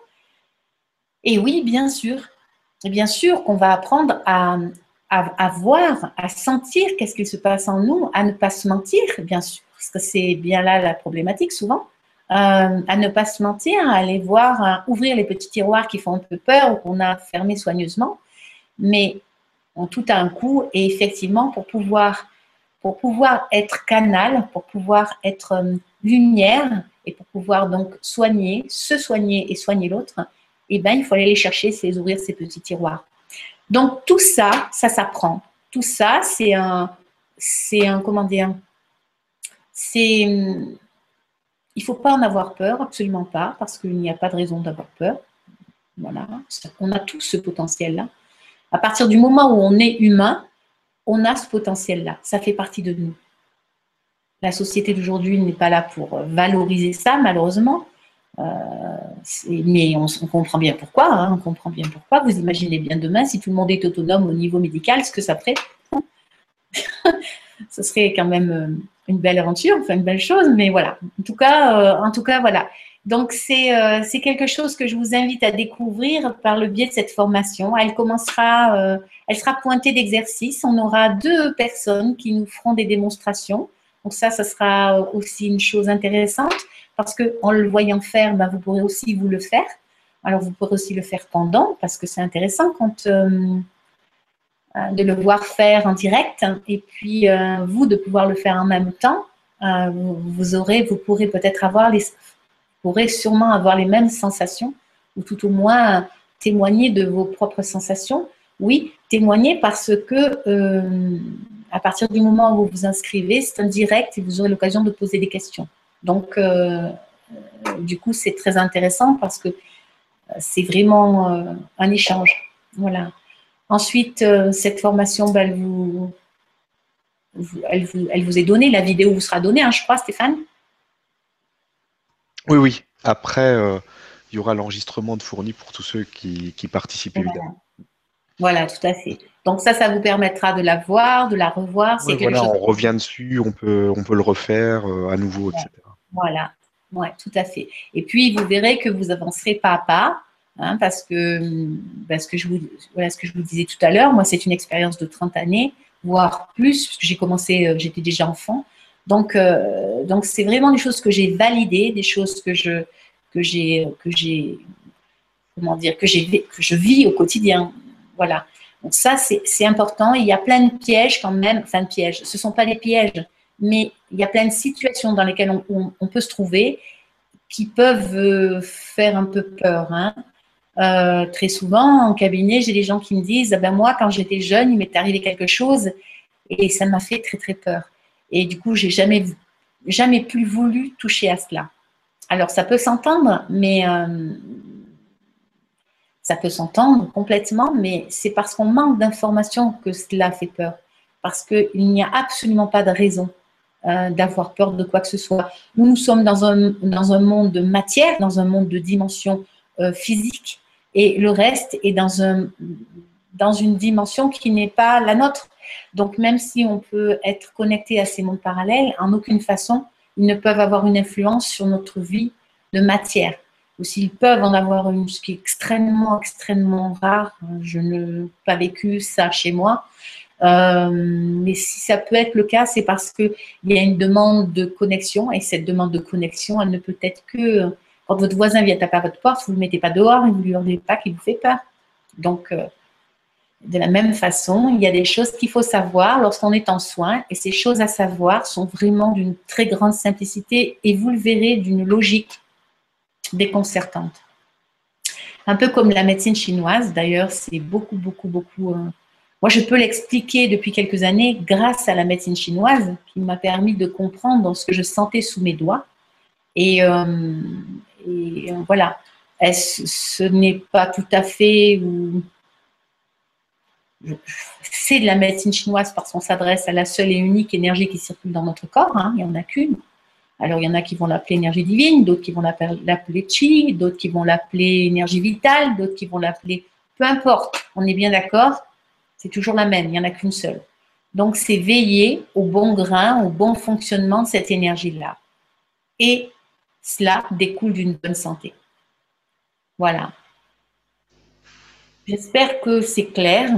Et oui, bien sûr. Et bien sûr qu'on va apprendre à, à, à voir, à sentir qu'est-ce qu'il se passe en nous, à ne pas se mentir, bien sûr, parce que c'est bien là la problématique souvent, euh, à ne pas se mentir, à aller voir, à ouvrir les petits tiroirs qui font un peu peur ou qu'on a fermés soigneusement, mais on, tout a un coût et effectivement, pour pouvoir, pour pouvoir être canal, pour pouvoir être euh, lumière et pour pouvoir donc soigner, se soigner et soigner l'autre, eh ben, il faut aller les chercher, c'est ouvrir ces petits tiroirs. Donc, tout ça, ça s'apprend. Tout ça, c'est un, c'est un, comment dire, c'est, il ne faut pas en avoir peur, absolument pas, parce qu'il n'y a pas de raison d'avoir peur. Voilà, on a tous ce potentiel-là. À partir du moment où on est humain, on a ce potentiel-là, ça fait partie de nous. La société d'aujourd'hui n'est pas là pour valoriser ça, malheureusement. Euh, mais on, on comprend bien pourquoi, hein, on comprend bien pourquoi. Vous imaginez bien demain, si tout le monde est autonome au niveau médical, ce que ça ferait. Ce serait quand même une belle aventure, enfin une belle chose, mais voilà. En tout cas, euh, en tout cas voilà. Donc, c'est euh, c'est quelque chose que je vous invite à découvrir par le biais de cette formation. Elle commencera, euh, elle sera pointée d'exercices. On aura deux personnes qui nous feront des démonstrations. Donc ça, ça sera aussi une chose intéressante parce qu'en le voyant faire, ben, vous pourrez aussi vous le faire. Alors, vous pourrez aussi le faire pendant parce que c'est intéressant quand, euh, de le voir faire en direct et puis euh, vous, de pouvoir le faire en même temps. Euh, vous, vous, aurez, vous pourrez peut-être avoir les... Vous pourrez sûrement avoir les mêmes sensations ou tout au moins témoigner de vos propres sensations. Oui, témoigner parce que euh, à partir du moment où vous vous inscrivez, c'est un direct et vous aurez l'occasion de poser des questions. Donc, euh, du coup, c'est très intéressant parce que c'est vraiment euh, un échange. Voilà. Ensuite, euh, cette formation, ben, elle, vous, elle, vous, elle vous est donnée, la vidéo vous sera donnée, hein, je crois, Stéphane? Oui, oui. Après, euh, il y aura l'enregistrement de fourni pour tous ceux qui, qui participent, Voilà. évidemment. Voilà, tout à fait. Donc ça, ça vous permettra de la voir, de la revoir. Oui, C'est quelque voilà, chose. on revient dessus, on peut, on peut le refaire euh, à nouveau, Ouais. et cetera. Voilà, ouais, tout à fait. Et puis, vous verrez que vous avancerez pas à pas, hein, parce que, parce que je vous, voilà ce que je vous disais tout à l'heure. Moi, c'est une expérience de trente années, voire plus, parce que j'ai commencé, euh, j'étais déjà enfant. Donc, euh, donc c'est vraiment des choses que j'ai validées, des choses que je, que j'ai, que j'ai, comment dire, que j'ai, que je vis au quotidien. Voilà. Donc ça, c'est, c'est important. Il y a plein de pièges quand même, enfin de pièges. Ce ne sont pas des pièges, mais il y a plein de situations dans lesquelles on, on, on peut se trouver qui peuvent euh, faire un peu peur. Hein. Euh, très souvent, en cabinet, j'ai des gens qui me disent ah ben moi, quand j'étais jeune, il m'est arrivé quelque chose et ça m'a fait très très peur. Et du coup, j'ai jamais jamais plus voulu toucher à cela. Alors, ça peut s'entendre, mais euh, ça peut s'entendre complètement, mais c'est parce qu'on manque d'informations que cela fait peur. Parce qu'il n'y a absolument pas de raison euh, d'avoir peur de quoi que ce soit. Nous, nous sommes dans un, dans un monde de matière, dans un monde de dimension euh, physique, et le reste est dans, un, dans une dimension qui n'est pas la nôtre. Donc, même si on peut être connecté à ces mondes parallèles, en aucune façon, ils ne peuvent avoir une influence sur notre vie de matière. Ou s'ils peuvent en avoir une, ce qui est extrêmement, extrêmement rare. Je n'ai pas vécu ça chez moi. Euh, mais si ça peut être le cas, c'est parce qu'il y a une demande de connexion et cette demande de connexion, elle ne peut être que quand votre voisin vient taper à votre porte, vous ne le mettez pas dehors et vous ne lui hurlez pas qu'il vous fait peur. Donc, euh, de la même façon, il y a des choses qu'il faut savoir lorsqu'on est en soins et ces choses à savoir sont vraiment d'une très grande simplicité et vous le verrez d'une logique déconcertante. Un peu comme la médecine chinoise, d'ailleurs, c'est beaucoup, beaucoup, beaucoup. Euh... Moi, je peux l'expliquer depuis quelques années grâce à la médecine chinoise qui m'a permis de comprendre ce que je sentais sous mes doigts. Et, euh, et euh, voilà, Est-ce, ce n'est pas tout à fait. C'est de la médecine chinoise parce qu'on s'adresse à la seule et unique énergie qui circule dans notre corps, hein, il n'y en a qu'une. Alors, il y en a qui vont l'appeler énergie divine, d'autres qui vont l'appeler chi, d'autres qui vont l'appeler énergie vitale, d'autres qui vont l'appeler… Peu importe, on est bien d'accord, c'est toujours la même, il n'y en a qu'une seule. Donc, c'est veiller au bon grain, au bon fonctionnement de cette énergie-là. Et cela découle d'une bonne santé. Voilà. J'espère que c'est clair.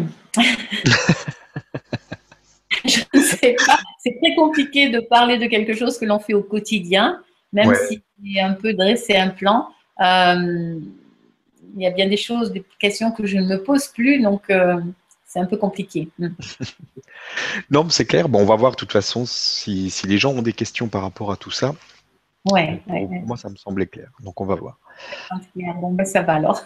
Je ne sais pas. C'est très compliqué de parler de quelque chose que l'on fait au quotidien, même ouais. si c'est un peu dresser un plan. Euh, il y a bien des choses, des questions que je ne me pose plus, donc euh, c'est un peu compliqué. Non, mais c'est clair. Bon, on va voir de toute façon si, si les gens ont des questions par rapport à tout ça. Ouais, pour, ouais, pour ouais. moi, ça me semblait clair. Donc, on va voir. Bon, ben ça va alors.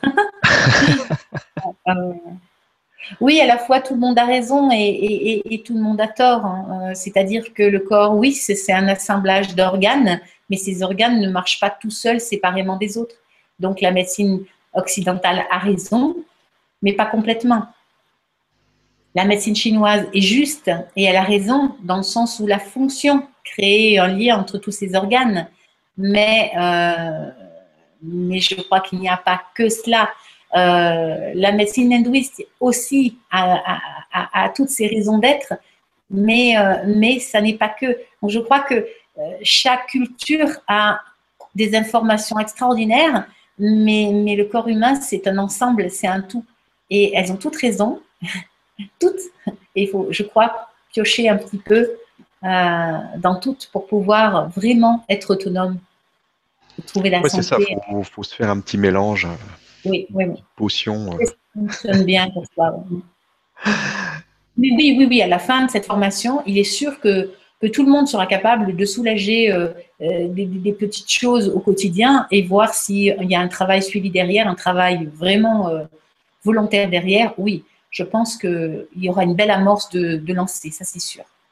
euh, Oui, à la fois, tout le monde a raison et, et, et tout le monde a tort. Hein. C'est-à-dire que le corps, oui, c'est un assemblage d'organes, mais ces organes ne marchent pas tout seuls séparément des autres. Donc, la médecine occidentale a raison, mais pas complètement. La médecine chinoise est juste et elle a raison dans le sens où la fonction crée un lien entre tous ces organes. Mais, euh, mais je crois qu'il n'y a pas que cela. Euh, la médecine hindouiste aussi a, a, a, a toutes ses raisons d'être, mais, euh, mais ça n'est pas que. Donc je crois que euh, chaque culture a des informations extraordinaires, mais, mais le corps humain, c'est un ensemble, c'est un tout. Et elles ont toutes raison, toutes. Et il faut, je crois, piocher un petit peu euh, dans toutes pour pouvoir vraiment être autonome, trouver la ouais, santé. C'est ça, il faut, faut se faire un petit mélange. Oui, oui, oui. Potion. Ça fonctionne bien pour soi. Mais oui, oui, oui, à la fin de cette formation, il est sûr que, que tout le monde sera capable de soulager euh, euh, des, des, petites choses au quotidien et voir s'il y a un travail suivi derrière, un travail vraiment euh, volontaire derrière. Oui, je pense qu'il y aura une belle amorce de, de lancer, ça c'est sûr.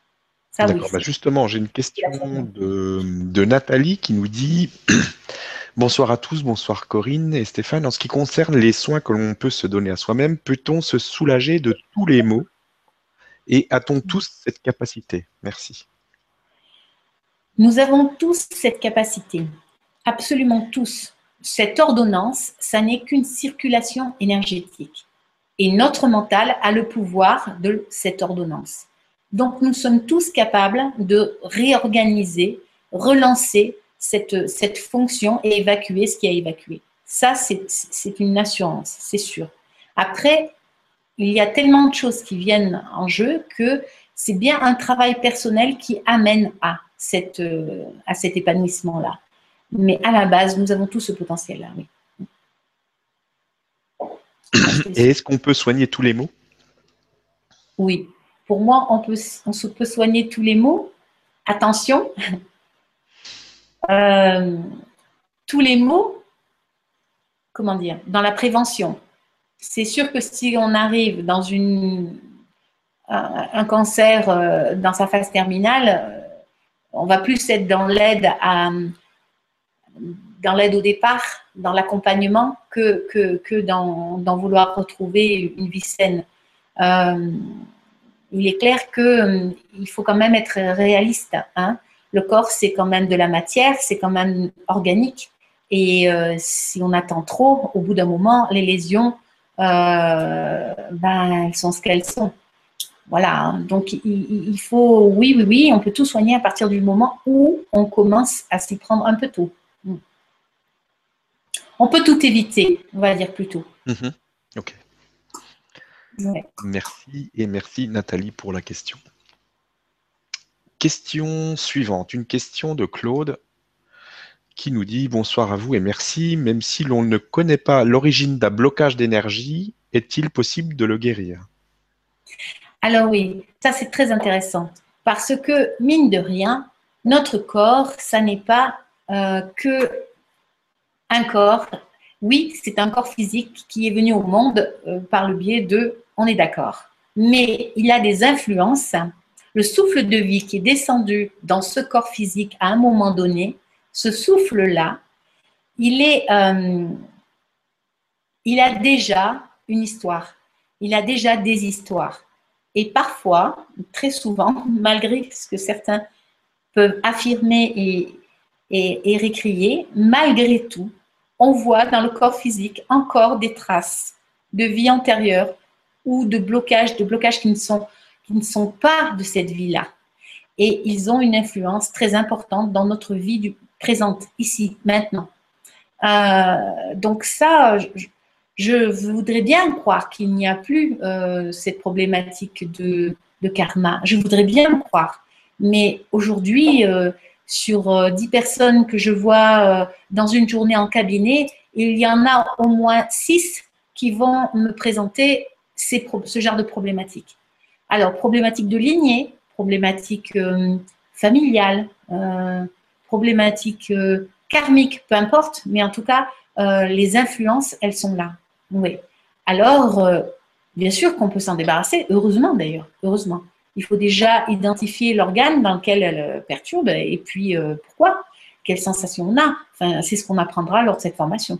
Ça, oui. D'accord. Bah justement, j'ai une question de, de Nathalie qui nous dit bonsoir à tous, bonsoir Corinne et Stéphane. En ce qui concerne les soins que l'on peut se donner à soi-même, peut-on se soulager de tous les maux et a-t-on tous cette capacité? Merci. Nous avons tous cette capacité, absolument tous. Cette ordonnance, ça n'est qu'une circulation énergétique. Et notre mental a le pouvoir de cette ordonnance. Donc, nous sommes tous capables de réorganiser, relancer cette, cette fonction et évacuer ce qui a évacué. Ça, c'est une assurance, c'est sûr. Après, il y a tellement de choses qui viennent en jeu que c'est bien un travail personnel qui amène à, cette, à cet épanouissement-là. Mais à la base, nous avons tout ce potentiel-là, oui. Et est-ce qu'on peut soigner tous les maux? Oui. Pour moi, on peut, on peut soigner tous les maux. Attention, euh, tous les maux, comment dire, dans la prévention. C'est sûr que si on arrive dans une, un, un cancer euh, dans sa phase terminale, euh, on va plus être dans l'aide à dans l'aide au départ, dans l'accompagnement, que, que, que dans, dans vouloir retrouver une vie saine. Euh, il est clair qu'il euh, faut quand même être réaliste. Hein. Le corps, c'est quand même de la matière, c'est quand même organique. Et euh, si on attend trop, au bout d'un moment, les lésions, euh, ben, elles sont ce qu'elles sont. Voilà. Donc, il, il faut, oui, oui, oui, on peut tout soigner à partir du moment où on commence à s'y prendre un peu tôt. On peut tout éviter, on va dire plutôt. Mmh. Ok. Ouais. Merci et merci Nathalie pour la question. Question suivante, une question de Claude qui nous dit bonsoir à vous et merci. Même si l'on ne connaît pas l'origine d'un blocage d'énergie, est-il possible de le guérir? Alors oui, ça c'est très intéressant parce que mine de rien, notre corps, ça n'est pas euh, que un corps. Oui, c'est un corps physique qui est venu au monde euh, par le biais de, on est d'accord, mais il a des influences. Le souffle de vie qui est descendu dans ce corps physique à un moment donné, ce souffle-là, il est, euh, il a déjà une histoire. Il a déjà des histoires. Et parfois, très souvent, malgré ce que certains peuvent affirmer et, et, et récrier, malgré tout, on voit dans le corps physique encore des traces de vie antérieure ou de blocages, de blocages qui ne sont, qui ne sont pas de cette vie-là. Et ils ont une influence très importante dans notre vie du, présente, ici, maintenant. Euh, donc ça, je, je voudrais bien croire qu'il n'y a plus euh, cette problématique de, de karma. Je voudrais bien croire. Mais aujourd'hui, euh, sur euh, dix personnes que je vois euh, dans une journée en cabinet, il y en a au moins six qui vont me présenter ces, ce genre de problématiques. Alors, problématiques de lignée, problématiques euh, familiales, euh, problématiques euh, karmiques, peu importe, mais en tout cas, euh, les influences, elles sont là. Oui. Alors, euh, bien sûr qu'on peut s'en débarrasser, heureusement d'ailleurs, heureusement. Il faut déjà identifier l'organe dans lequel elle perturbe et puis euh, pourquoi, quelle sensation on a. Enfin, c'est ce qu'on apprendra lors de cette formation.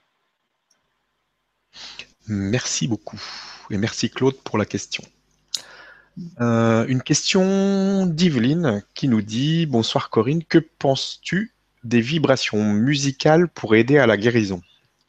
Merci beaucoup et merci Claude pour la question. Euh, une question d'Yveline qui nous dit bonsoir Corinne, que penses-tu des vibrations musicales pour aider à la guérison?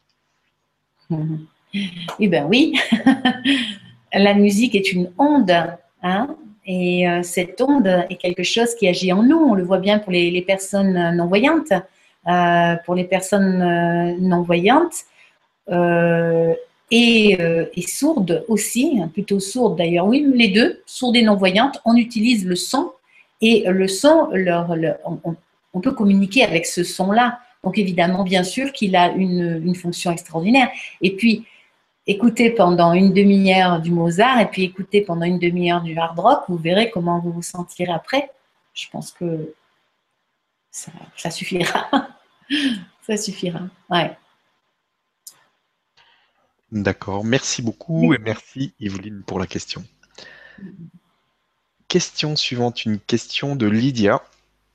Eh bien oui, la musique est une onde, hein, et euh, cette onde est quelque chose qui agit en nous. On le voit bien pour les, les personnes non-voyantes. Euh, pour les personnes euh, non-voyantes euh, et, euh, et sourdes aussi, plutôt sourdes d'ailleurs, oui, les deux, sourdes et non-voyantes, on utilise le son et le son, leur, leur, on, on peut communiquer avec ce son-là. Donc évidemment, bien sûr qu'il a une, une fonction extraordinaire. Et puis, écoutez pendant une demi-heure du Mozart et puis écoutez pendant une demi-heure du hard rock, vous verrez comment vous vous sentirez après. Je pense que ça, ça suffira. Ça suffira. Ouais. D'accord, merci beaucoup et merci Yveline pour la question. question suivante, une question de Lydia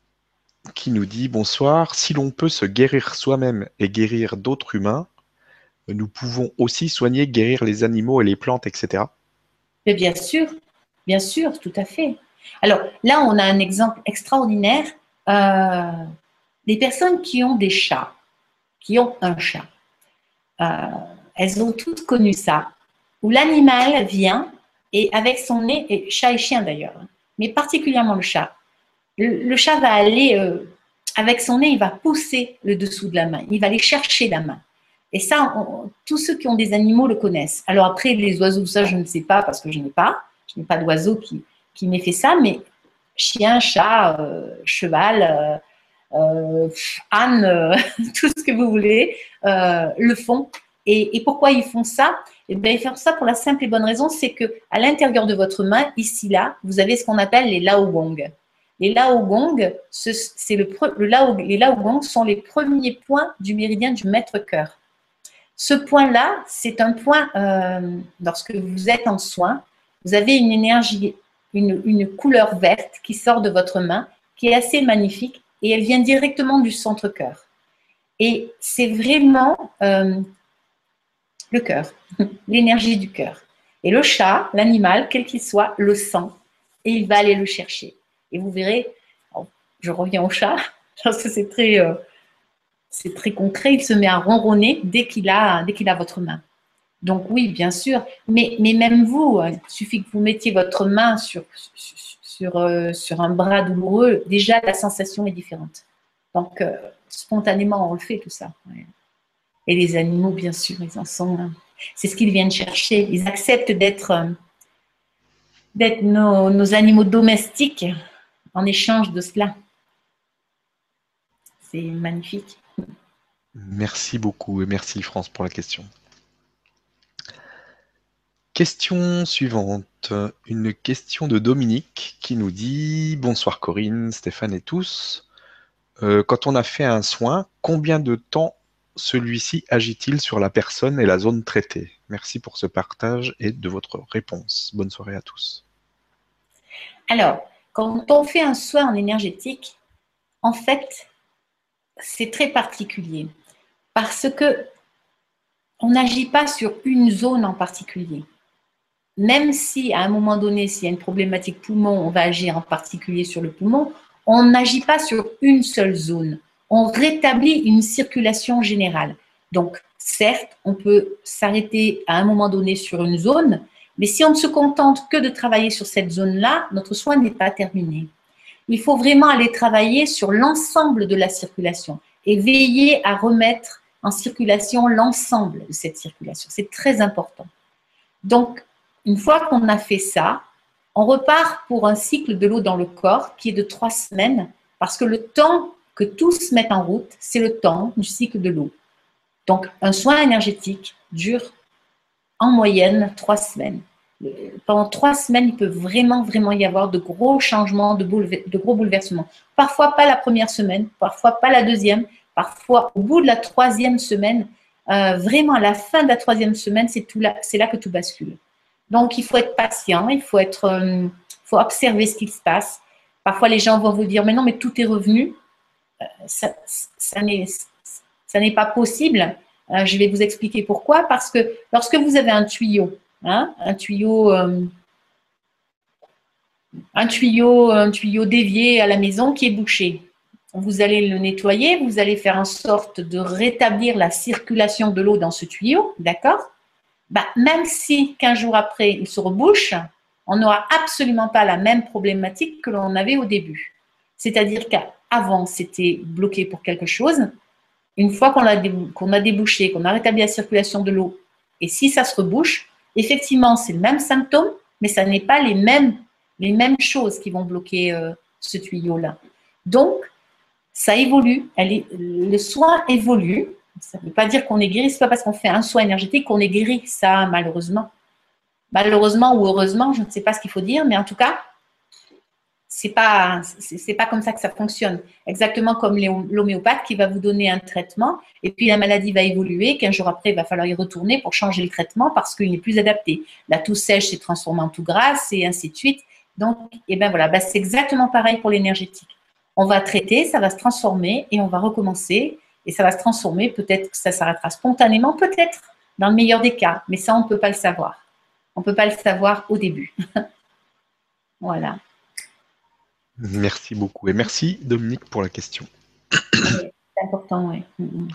qui nous dit « Bonsoir, si l'on peut se guérir soi-même et guérir d'autres humains, nous pouvons aussi soigner, guérir les animaux et les plantes, et cetera » Mais bien sûr, bien sûr, tout à fait. Alors là, on a un exemple extraordinaire. Euh, des personnes qui ont des chats, qui ont un chat, euh, elles ont toutes connu ça, où l'animal vient et avec son nez, et chat et chien d'ailleurs, mais particulièrement le chat, le, le chat va aller, euh, avec son nez, il va pousser le dessous de la main, il va aller chercher la main. Et ça, on, tous ceux qui ont des animaux le connaissent. Alors après, les oiseaux, ça, je ne sais pas parce que je n'ai pas, je n'ai pas d'oiseau qui, qui m'ait fait ça, mais chien, chat, euh, cheval, euh, euh, âne, euh, tout ce que vous voulez, euh, le font. Et, et pourquoi ils font ça? Eh bien, ils font ça pour la simple et bonne raison, c'est qu'à l'intérieur de votre main, ici, là, vous avez ce qu'on appelle les laogong. Les laogong, c'est le, le lao, les laogong sont les premiers points du méridien du maître-cœur. Ce point-là, c'est un point, euh, lorsque vous êtes en soin, vous avez une énergie, une, une couleur verte qui sort de votre main, qui est assez magnifique, et elle vient directement du centre-cœur. Et c'est vraiment euh, le cœur, l'énergie du cœur. Et le chat, l'animal, quel qu'il soit, le sent, et il va aller le chercher. Et vous verrez, je reviens au chat, parce que c'est très... Euh, c'est très concret, il se met à ronronner dès qu'il a, dès qu'il a votre main. Donc oui, bien sûr, mais, mais même vous, il suffit que vous mettiez votre main sur, sur, sur, euh, sur un bras douloureux, déjà la sensation est différente. Donc euh, spontanément, on le fait tout ça. Ouais. Et les animaux, bien sûr, ils en sont... Hein. C'est ce qu'ils viennent chercher. Ils acceptent d'être euh, d'être nos, nos animaux domestiques en échange de cela. C'est magnifique. Merci beaucoup et merci France pour la question. Question suivante, une question de Dominique qui nous dit « Bonsoir Corinne, Stéphane et tous. Euh, quand on a fait un soin, combien de temps celui-ci agit-il sur la personne et la zone traitée? Merci pour ce partage et de votre réponse. Bonne soirée à tous. » Alors, quand on fait un soin en énergétique, en fait, c'est très particulier parce que on n'agit pas sur une zone en particulier. Même si, à un moment donné, s'il y a une problématique poumon, on va agir en particulier sur le poumon, on n'agit pas sur une seule zone. On rétablit une circulation générale. Donc, certes, on peut s'arrêter à un moment donné sur une zone, mais si on ne se contente que de travailler sur cette zone-là, notre soin n'est pas terminé. Il faut vraiment aller travailler sur l'ensemble de la circulation et veiller à remettre en circulation l'ensemble de cette circulation. C'est très important. Donc, une fois qu'on a fait ça, on repart pour un cycle de l'eau dans le corps qui est de trois semaines parce que le temps que tout se mette en route, c'est le temps du cycle de l'eau. Donc, un soin énergétique dure en moyenne trois semaines. Pendant trois semaines, il peut vraiment, vraiment y avoir de gros changements, de, de gros bouleversements. Parfois pas la première semaine, parfois pas la deuxième, parfois au bout de la troisième semaine, euh, vraiment à la fin de la troisième semaine, c'est là, c'est là que tout bascule. Donc, il faut être patient, il faut, être, euh, faut observer ce qui se passe. Parfois, les gens vont vous dire, mais non, mais tout est revenu. Euh, ça, ça n'est pas possible. Euh, je vais vous expliquer pourquoi. Parce que lorsque vous avez un tuyau, hein, un tuyau, euh, un tuyau, un tuyau dévié à la maison qui est bouché, vous allez le nettoyer, vous allez faire en sorte de rétablir la circulation de l'eau dans ce tuyau, d'accord? Bah, même si quinze jours après, il se rebouche, on n'aura absolument pas la même problématique que l'on avait au début. C'est-à-dire qu'avant, c'était bloqué pour quelque chose. Une fois qu'on a, qu'on a débouché, qu'on a rétabli la circulation de l'eau, et si ça se rebouche, effectivement, c'est le même symptôme, mais ça n'est pas les mêmes, les mêmes choses qui vont bloquer euh, ce tuyau-là. Donc, ça évolue, elle est, le soin évolue. Ça ne veut pas dire qu'on est guéri, ce n'est pas parce qu'on fait un soin énergétique qu'on est guéri, ça, malheureusement. Malheureusement ou heureusement, je ne sais pas ce qu'il faut dire, mais en tout cas, ce n'est pas, c'est pas comme ça que ça fonctionne. Exactement comme l'homéopathe qui va vous donner un traitement, et puis la maladie va évoluer, quinze jours après, il va falloir y retourner pour changer le traitement parce qu'il n'est plus adapté. La toux sèche s'est transformée en toux grasse, et ainsi de suite. Donc, et ben voilà, ben c'est exactement pareil pour l'énergétique. On va traiter, ça va se transformer et on va recommencer et ça va se transformer. Peut-être que ça s'arrêtera spontanément, peut-être, dans le meilleur des cas, mais ça, on ne peut pas le savoir. On ne peut pas le savoir au début. Voilà. Merci beaucoup. Et merci Dominique pour la question. Ouais, c'est important, oui.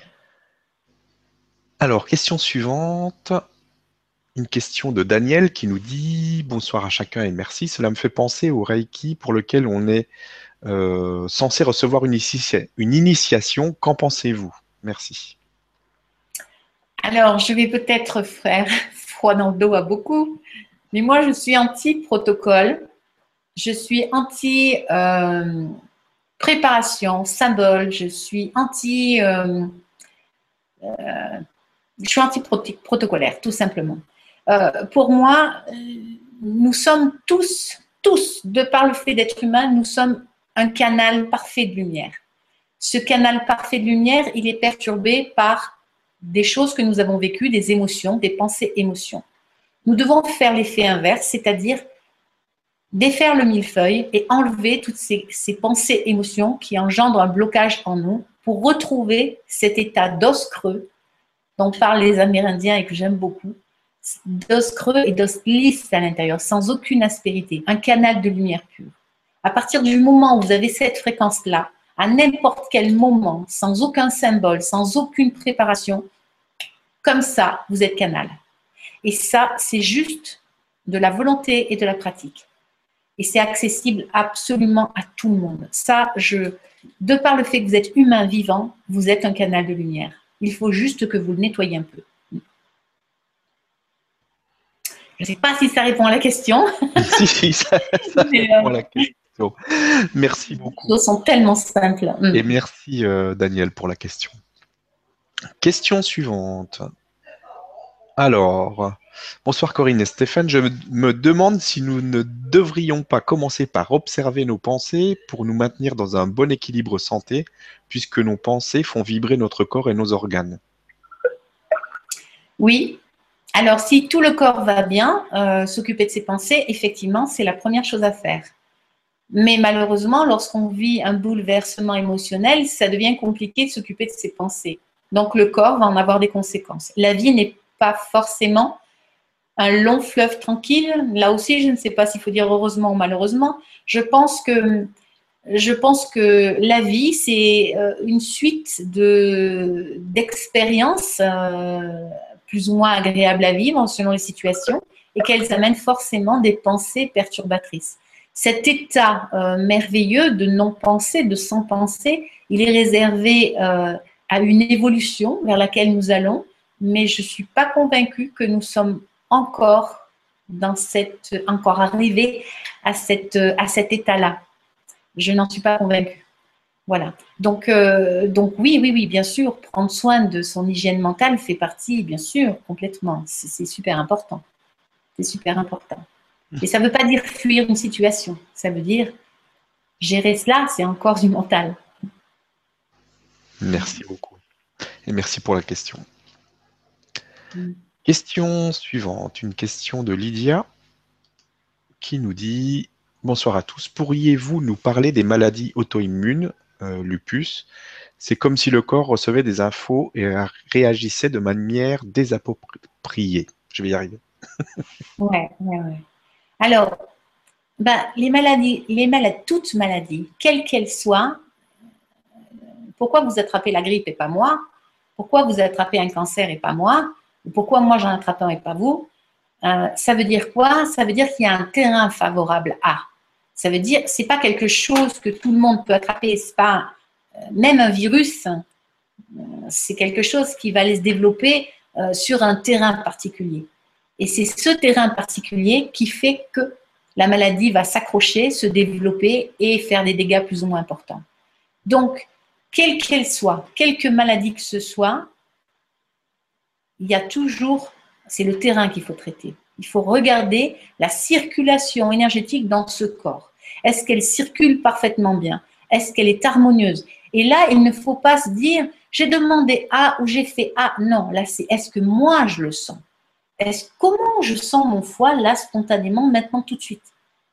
Alors, question suivante. Une question de Daniel qui nous dit « Bonsoir à chacun et merci. Cela me fait penser au Reiki pour lequel on est euh, censé recevoir une, initia une initiation. Qu'en pensez-vous? Merci. » Alors, je vais peut-être faire froid dans le dos à beaucoup, mais moi, je suis anti-protocole. Je suis anti-préparation, euh, symbole. Je suis anti... Euh, euh, je suis anti-protocolaire, tout simplement. Euh, pour moi, nous sommes tous, tous, de par le fait d'être humain, nous sommes un canal parfait de lumière. Ce canal parfait de lumière, il est perturbé par des choses que nous avons vécues, des émotions, des pensées, émotions. Nous devons faire l'effet inverse, c'est-à-dire défaire le millefeuille et enlever toutes ces, ces pensées, émotions qui engendrent un blocage en nous pour retrouver cet état d'os creux dont parlent les Amérindiens et que j'aime beaucoup, d'os creux et d'os lisse à l'intérieur, sans aucune aspérité, un canal de lumière pure. À partir du moment où vous avez cette fréquence-là, à n'importe quel moment, sans aucun symbole, sans aucune préparation, comme ça, vous êtes canal. Et ça, c'est juste de la volonté et de la pratique. Et c'est accessible absolument à tout le monde. Ça, je, de par le fait que vous êtes humain vivant, vous êtes un canal de lumière. Il faut juste que vous le nettoyez un peu. Je ne sais pas si ça répond à la question. Si, si, ça, ça répond à la question. Merci beaucoup. Les choses sont tellement simples. Et merci euh, Daniel pour la question. Question suivante. Alors, bonsoir Corinne et Stéphane. Je me demande si nous ne devrions pas commencer par observer nos pensées pour nous maintenir dans un bon équilibre santé, puisque nos pensées font vibrer notre corps et nos organes. Oui. Alors, si tout le corps va bien, euh, s'occuper de ses pensées, effectivement, c'est la première chose à faire. Mais malheureusement, lorsqu'on vit un bouleversement émotionnel, ça devient compliqué de s'occuper de ses pensées. Donc, le corps va en avoir des conséquences. La vie n'est pas forcément un long fleuve tranquille. Là aussi, je ne sais pas s'il faut dire heureusement ou malheureusement. Je pense que, je pense que la vie, c'est une suite de, d'expériences euh, plus ou moins agréables à vivre selon les situations et qu'elles amènent forcément des pensées perturbatrices. Cet état euh, merveilleux de non-pensée, de sans-pensée, il est réservé euh, à une évolution vers laquelle nous allons, mais je ne suis pas convaincue que nous sommes encore dans cette, encore arrivés à, cette, à cet état-là. Je n'en suis pas convaincue. Voilà. Donc, euh, donc oui, oui, oui, bien sûr, prendre soin de son hygiène mentale fait partie, bien sûr, complètement. C'est, c'est super important. C'est super important. Et ça ne veut pas dire fuir une situation. Ça veut dire gérer cela, c'est encore du mental. Merci beaucoup. Et merci pour la question. Mm. Question suivante. Une question de Lydia qui nous dit « Bonsoir à tous. Pourriez-vous nous parler des maladies auto-immunes, euh, lupus? C'est comme si le corps recevait des infos et réagissait de manière désappropriée. » Je vais y arriver. Ouais, ouais, ouais. Alors, ben, les maladies, les maladies, toutes maladies, quelles qu'elles soient, pourquoi vous attrapez la grippe et pas moi? Pourquoi vous attrapez un cancer et pas moi? Ou pourquoi moi j'en attrape un et pas vous? euh, Ça veut dire quoi? Ça veut dire qu'il y a un terrain favorable à. Ça veut dire que ce n'est pas quelque chose que tout le monde peut attraper. C'est pas, euh, même un virus, euh, c'est quelque chose qui va aller se développer euh, sur un terrain particulier. Et c'est ce terrain particulier qui fait que la maladie va s'accrocher, se développer et faire des dégâts plus ou moins importants. Donc, quelle qu'elle soit, quelque maladie que ce soit, il y a toujours, c'est le terrain qu'il faut traiter. Il faut regarder la circulation énergétique dans ce corps. Est-ce qu'elle circule parfaitement bien? Est-ce qu'elle est harmonieuse? Et là, il ne faut pas se dire, j'ai demandé A ou j'ai fait A. Non, là, c'est est-ce que moi, je le sens? Est-ce, comment je sens mon foie, là, spontanément, maintenant, tout de suite?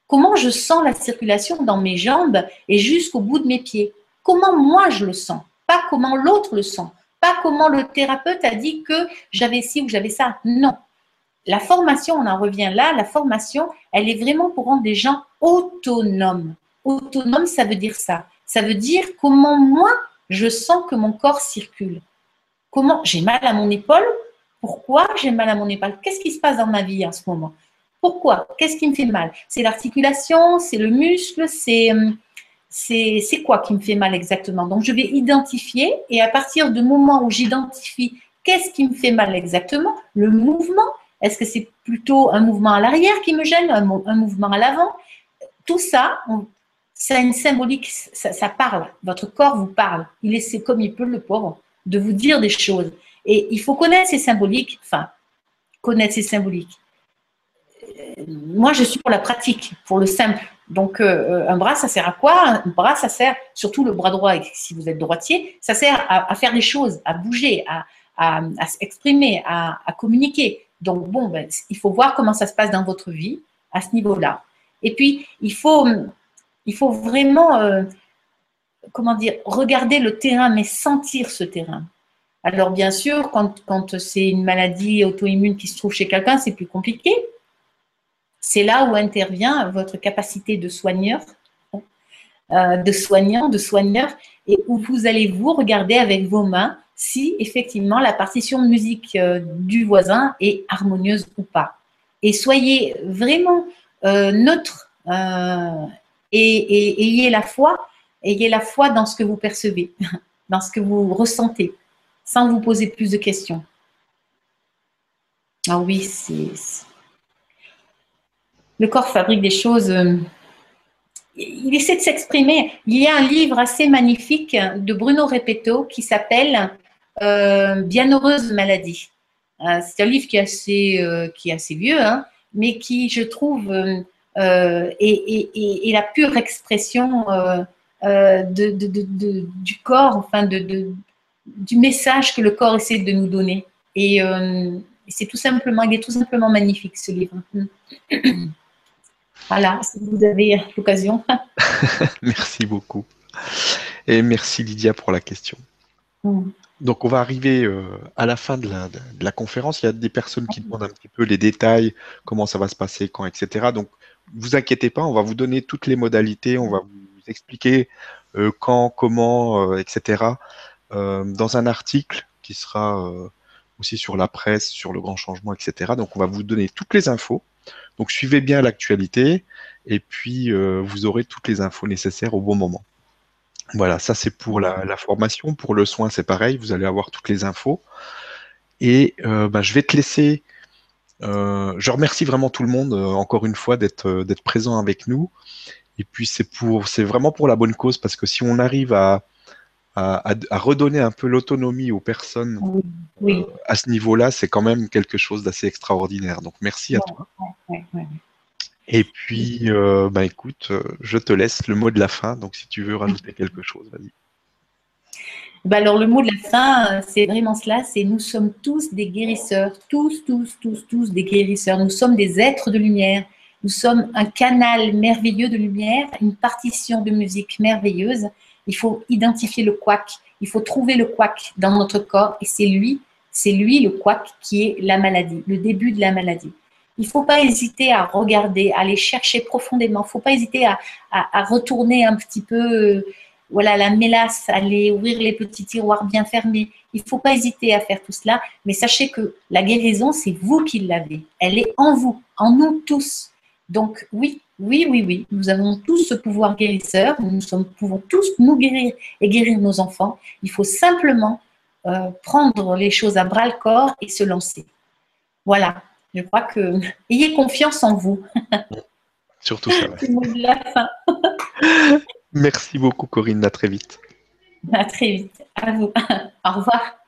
Comment je sens la circulation dans mes jambes et jusqu'au bout de mes pieds? Comment moi je le sens? Pas comment l'autre le sent. Pas comment le thérapeute a dit que j'avais ci ou j'avais ça. Non. La formation, on en revient là, la formation, elle est vraiment pour rendre des gens autonomes. Autonome, ça veut dire ça. Ça veut dire comment moi, je sens que mon corps circule. Comment j'ai mal à mon épaule? Pourquoi j'ai mal à mon épaule? Qu'est-ce qui se passe dans ma vie en ce moment? Pourquoi? Qu'est-ce qui me fait mal? C'est l'articulation, c'est le muscle, c'est c'est quoi qui me fait mal exactement? Donc, je vais identifier et à partir du moment où j'identifie qu'est-ce qui me fait mal exactement, le mouvement, est-ce que c'est plutôt un mouvement à l'arrière qui me gêne, un, un mouvement à l'avant? Tout ça, on, ça a une symbolique, ça, ça parle. Votre corps vous parle. Il essaie comme il peut, le pauvre, de vous dire des choses. Et il faut connaître ces symboliques, enfin, connaître ces symboliques. Moi, je suis pour la pratique, pour le simple. Donc, euh, un bras, ça sert à quoi? Un bras, ça sert, surtout le bras droit, si vous êtes droitier, ça sert à, à faire des choses, à bouger, à, à, à s'exprimer, à, à communiquer. Donc, bon, ben, il faut voir comment ça se passe dans votre vie à ce niveau-là. Et puis, il faut, il faut vraiment, euh, comment dire, regarder le terrain, mais sentir ce terrain. Alors, bien sûr, quand, quand c'est une maladie auto-immune qui se trouve chez quelqu'un, c'est plus compliqué. C'est là où intervient votre capacité de soigneur, euh, de soignant, de soigneur, et où vous allez vous regarder avec vos mains si effectivement la partition de musique euh, du voisin est harmonieuse ou pas. Et soyez vraiment euh, neutre euh, et, et ayez la foi, ayez la foi dans ce que vous percevez, dans ce que vous ressentez, sans vous poser plus de questions. Ah oui, c'est... Le corps fabrique des choses, euh, il essaie de s'exprimer. Il y a un livre assez magnifique de Bruno Repetto qui s'appelle euh, Bienheureuse maladie. Euh, c'est un livre qui est assez, euh, qui est assez vieux, hein, mais qui, je trouve, euh, euh, est, est, est, est la pure expression euh, euh, de, de, de, de, du corps, enfin, de, de, du message que le corps essaie de nous donner. Et euh, c'est tout simplement, il est tout simplement magnifique, ce livre. Voilà, si vous avez l'occasion. Merci beaucoup. Et merci Lydia pour la question. Mm. Donc on va arriver euh, à la fin de la, de la conférence. Il y a des personnes qui demandent un petit peu les détails, comment ça va se passer, quand, et cetera. Donc vous inquiétez pas, on va vous donner toutes les modalités, on va vous expliquer euh, quand, comment, euh, et cetera. Euh, dans un article qui sera euh, aussi sur la presse, sur le grand changement, et cetera. Donc on va vous donner toutes les infos. Donc suivez bien l'actualité et puis euh, vous aurez toutes les infos nécessaires au bon moment. Voilà, ça c'est pour la, la formation. Pour le soin, c'est pareil, vous allez avoir toutes les infos. Et euh, bah, je vais te laisser. Euh, je remercie vraiment tout le monde, euh, encore une fois, d'être euh, d'être présent avec nous. Et puis c'est pour, c'est vraiment pour la bonne cause, parce que si on arrive à, à, à redonner un peu l'autonomie aux personnes oui, oui. Euh, à ce niveau-là, c'est quand même quelque chose d'assez extraordinaire. Donc merci à ouais, toi. Ouais, ouais, ouais. Et puis, euh, bah, écoute, euh, je te laisse le mot de la fin. Donc, si tu veux rajouter quelque chose, vas-y. Bah alors, le mot de la fin, c'est vraiment cela, c'est nous sommes tous des guérisseurs, tous, tous, tous, tous des guérisseurs. Nous sommes des êtres de lumière. Nous sommes un canal merveilleux de lumière, une partition de musique merveilleuse. Il faut identifier le couac. Il faut trouver le couac dans notre corps et c'est lui, c'est lui le couac qui est la maladie, le début de la maladie. Il ne faut pas hésiter à regarder, à aller chercher profondément. Il ne faut pas hésiter à, à, à retourner un petit peu, euh, voilà, la mélasse, aller ouvrir les petits tiroirs bien fermés. Il ne faut pas hésiter à faire tout cela. Mais sachez que la guérison, c'est vous qui l'avez. Elle est en vous, en nous tous. Donc oui, oui, oui, oui, nous avons tous ce pouvoir guérisseur. Nous sommes, pouvons tous nous guérir et guérir nos enfants. Il faut simplement euh, prendre les choses à bras-le-corps et se lancer. Voilà. Je crois que ayez confiance en vous. Surtout ça. Ouais. C'est le mot de la fin. Merci beaucoup, Corinne. À très vite. À très vite. À vous. Au revoir.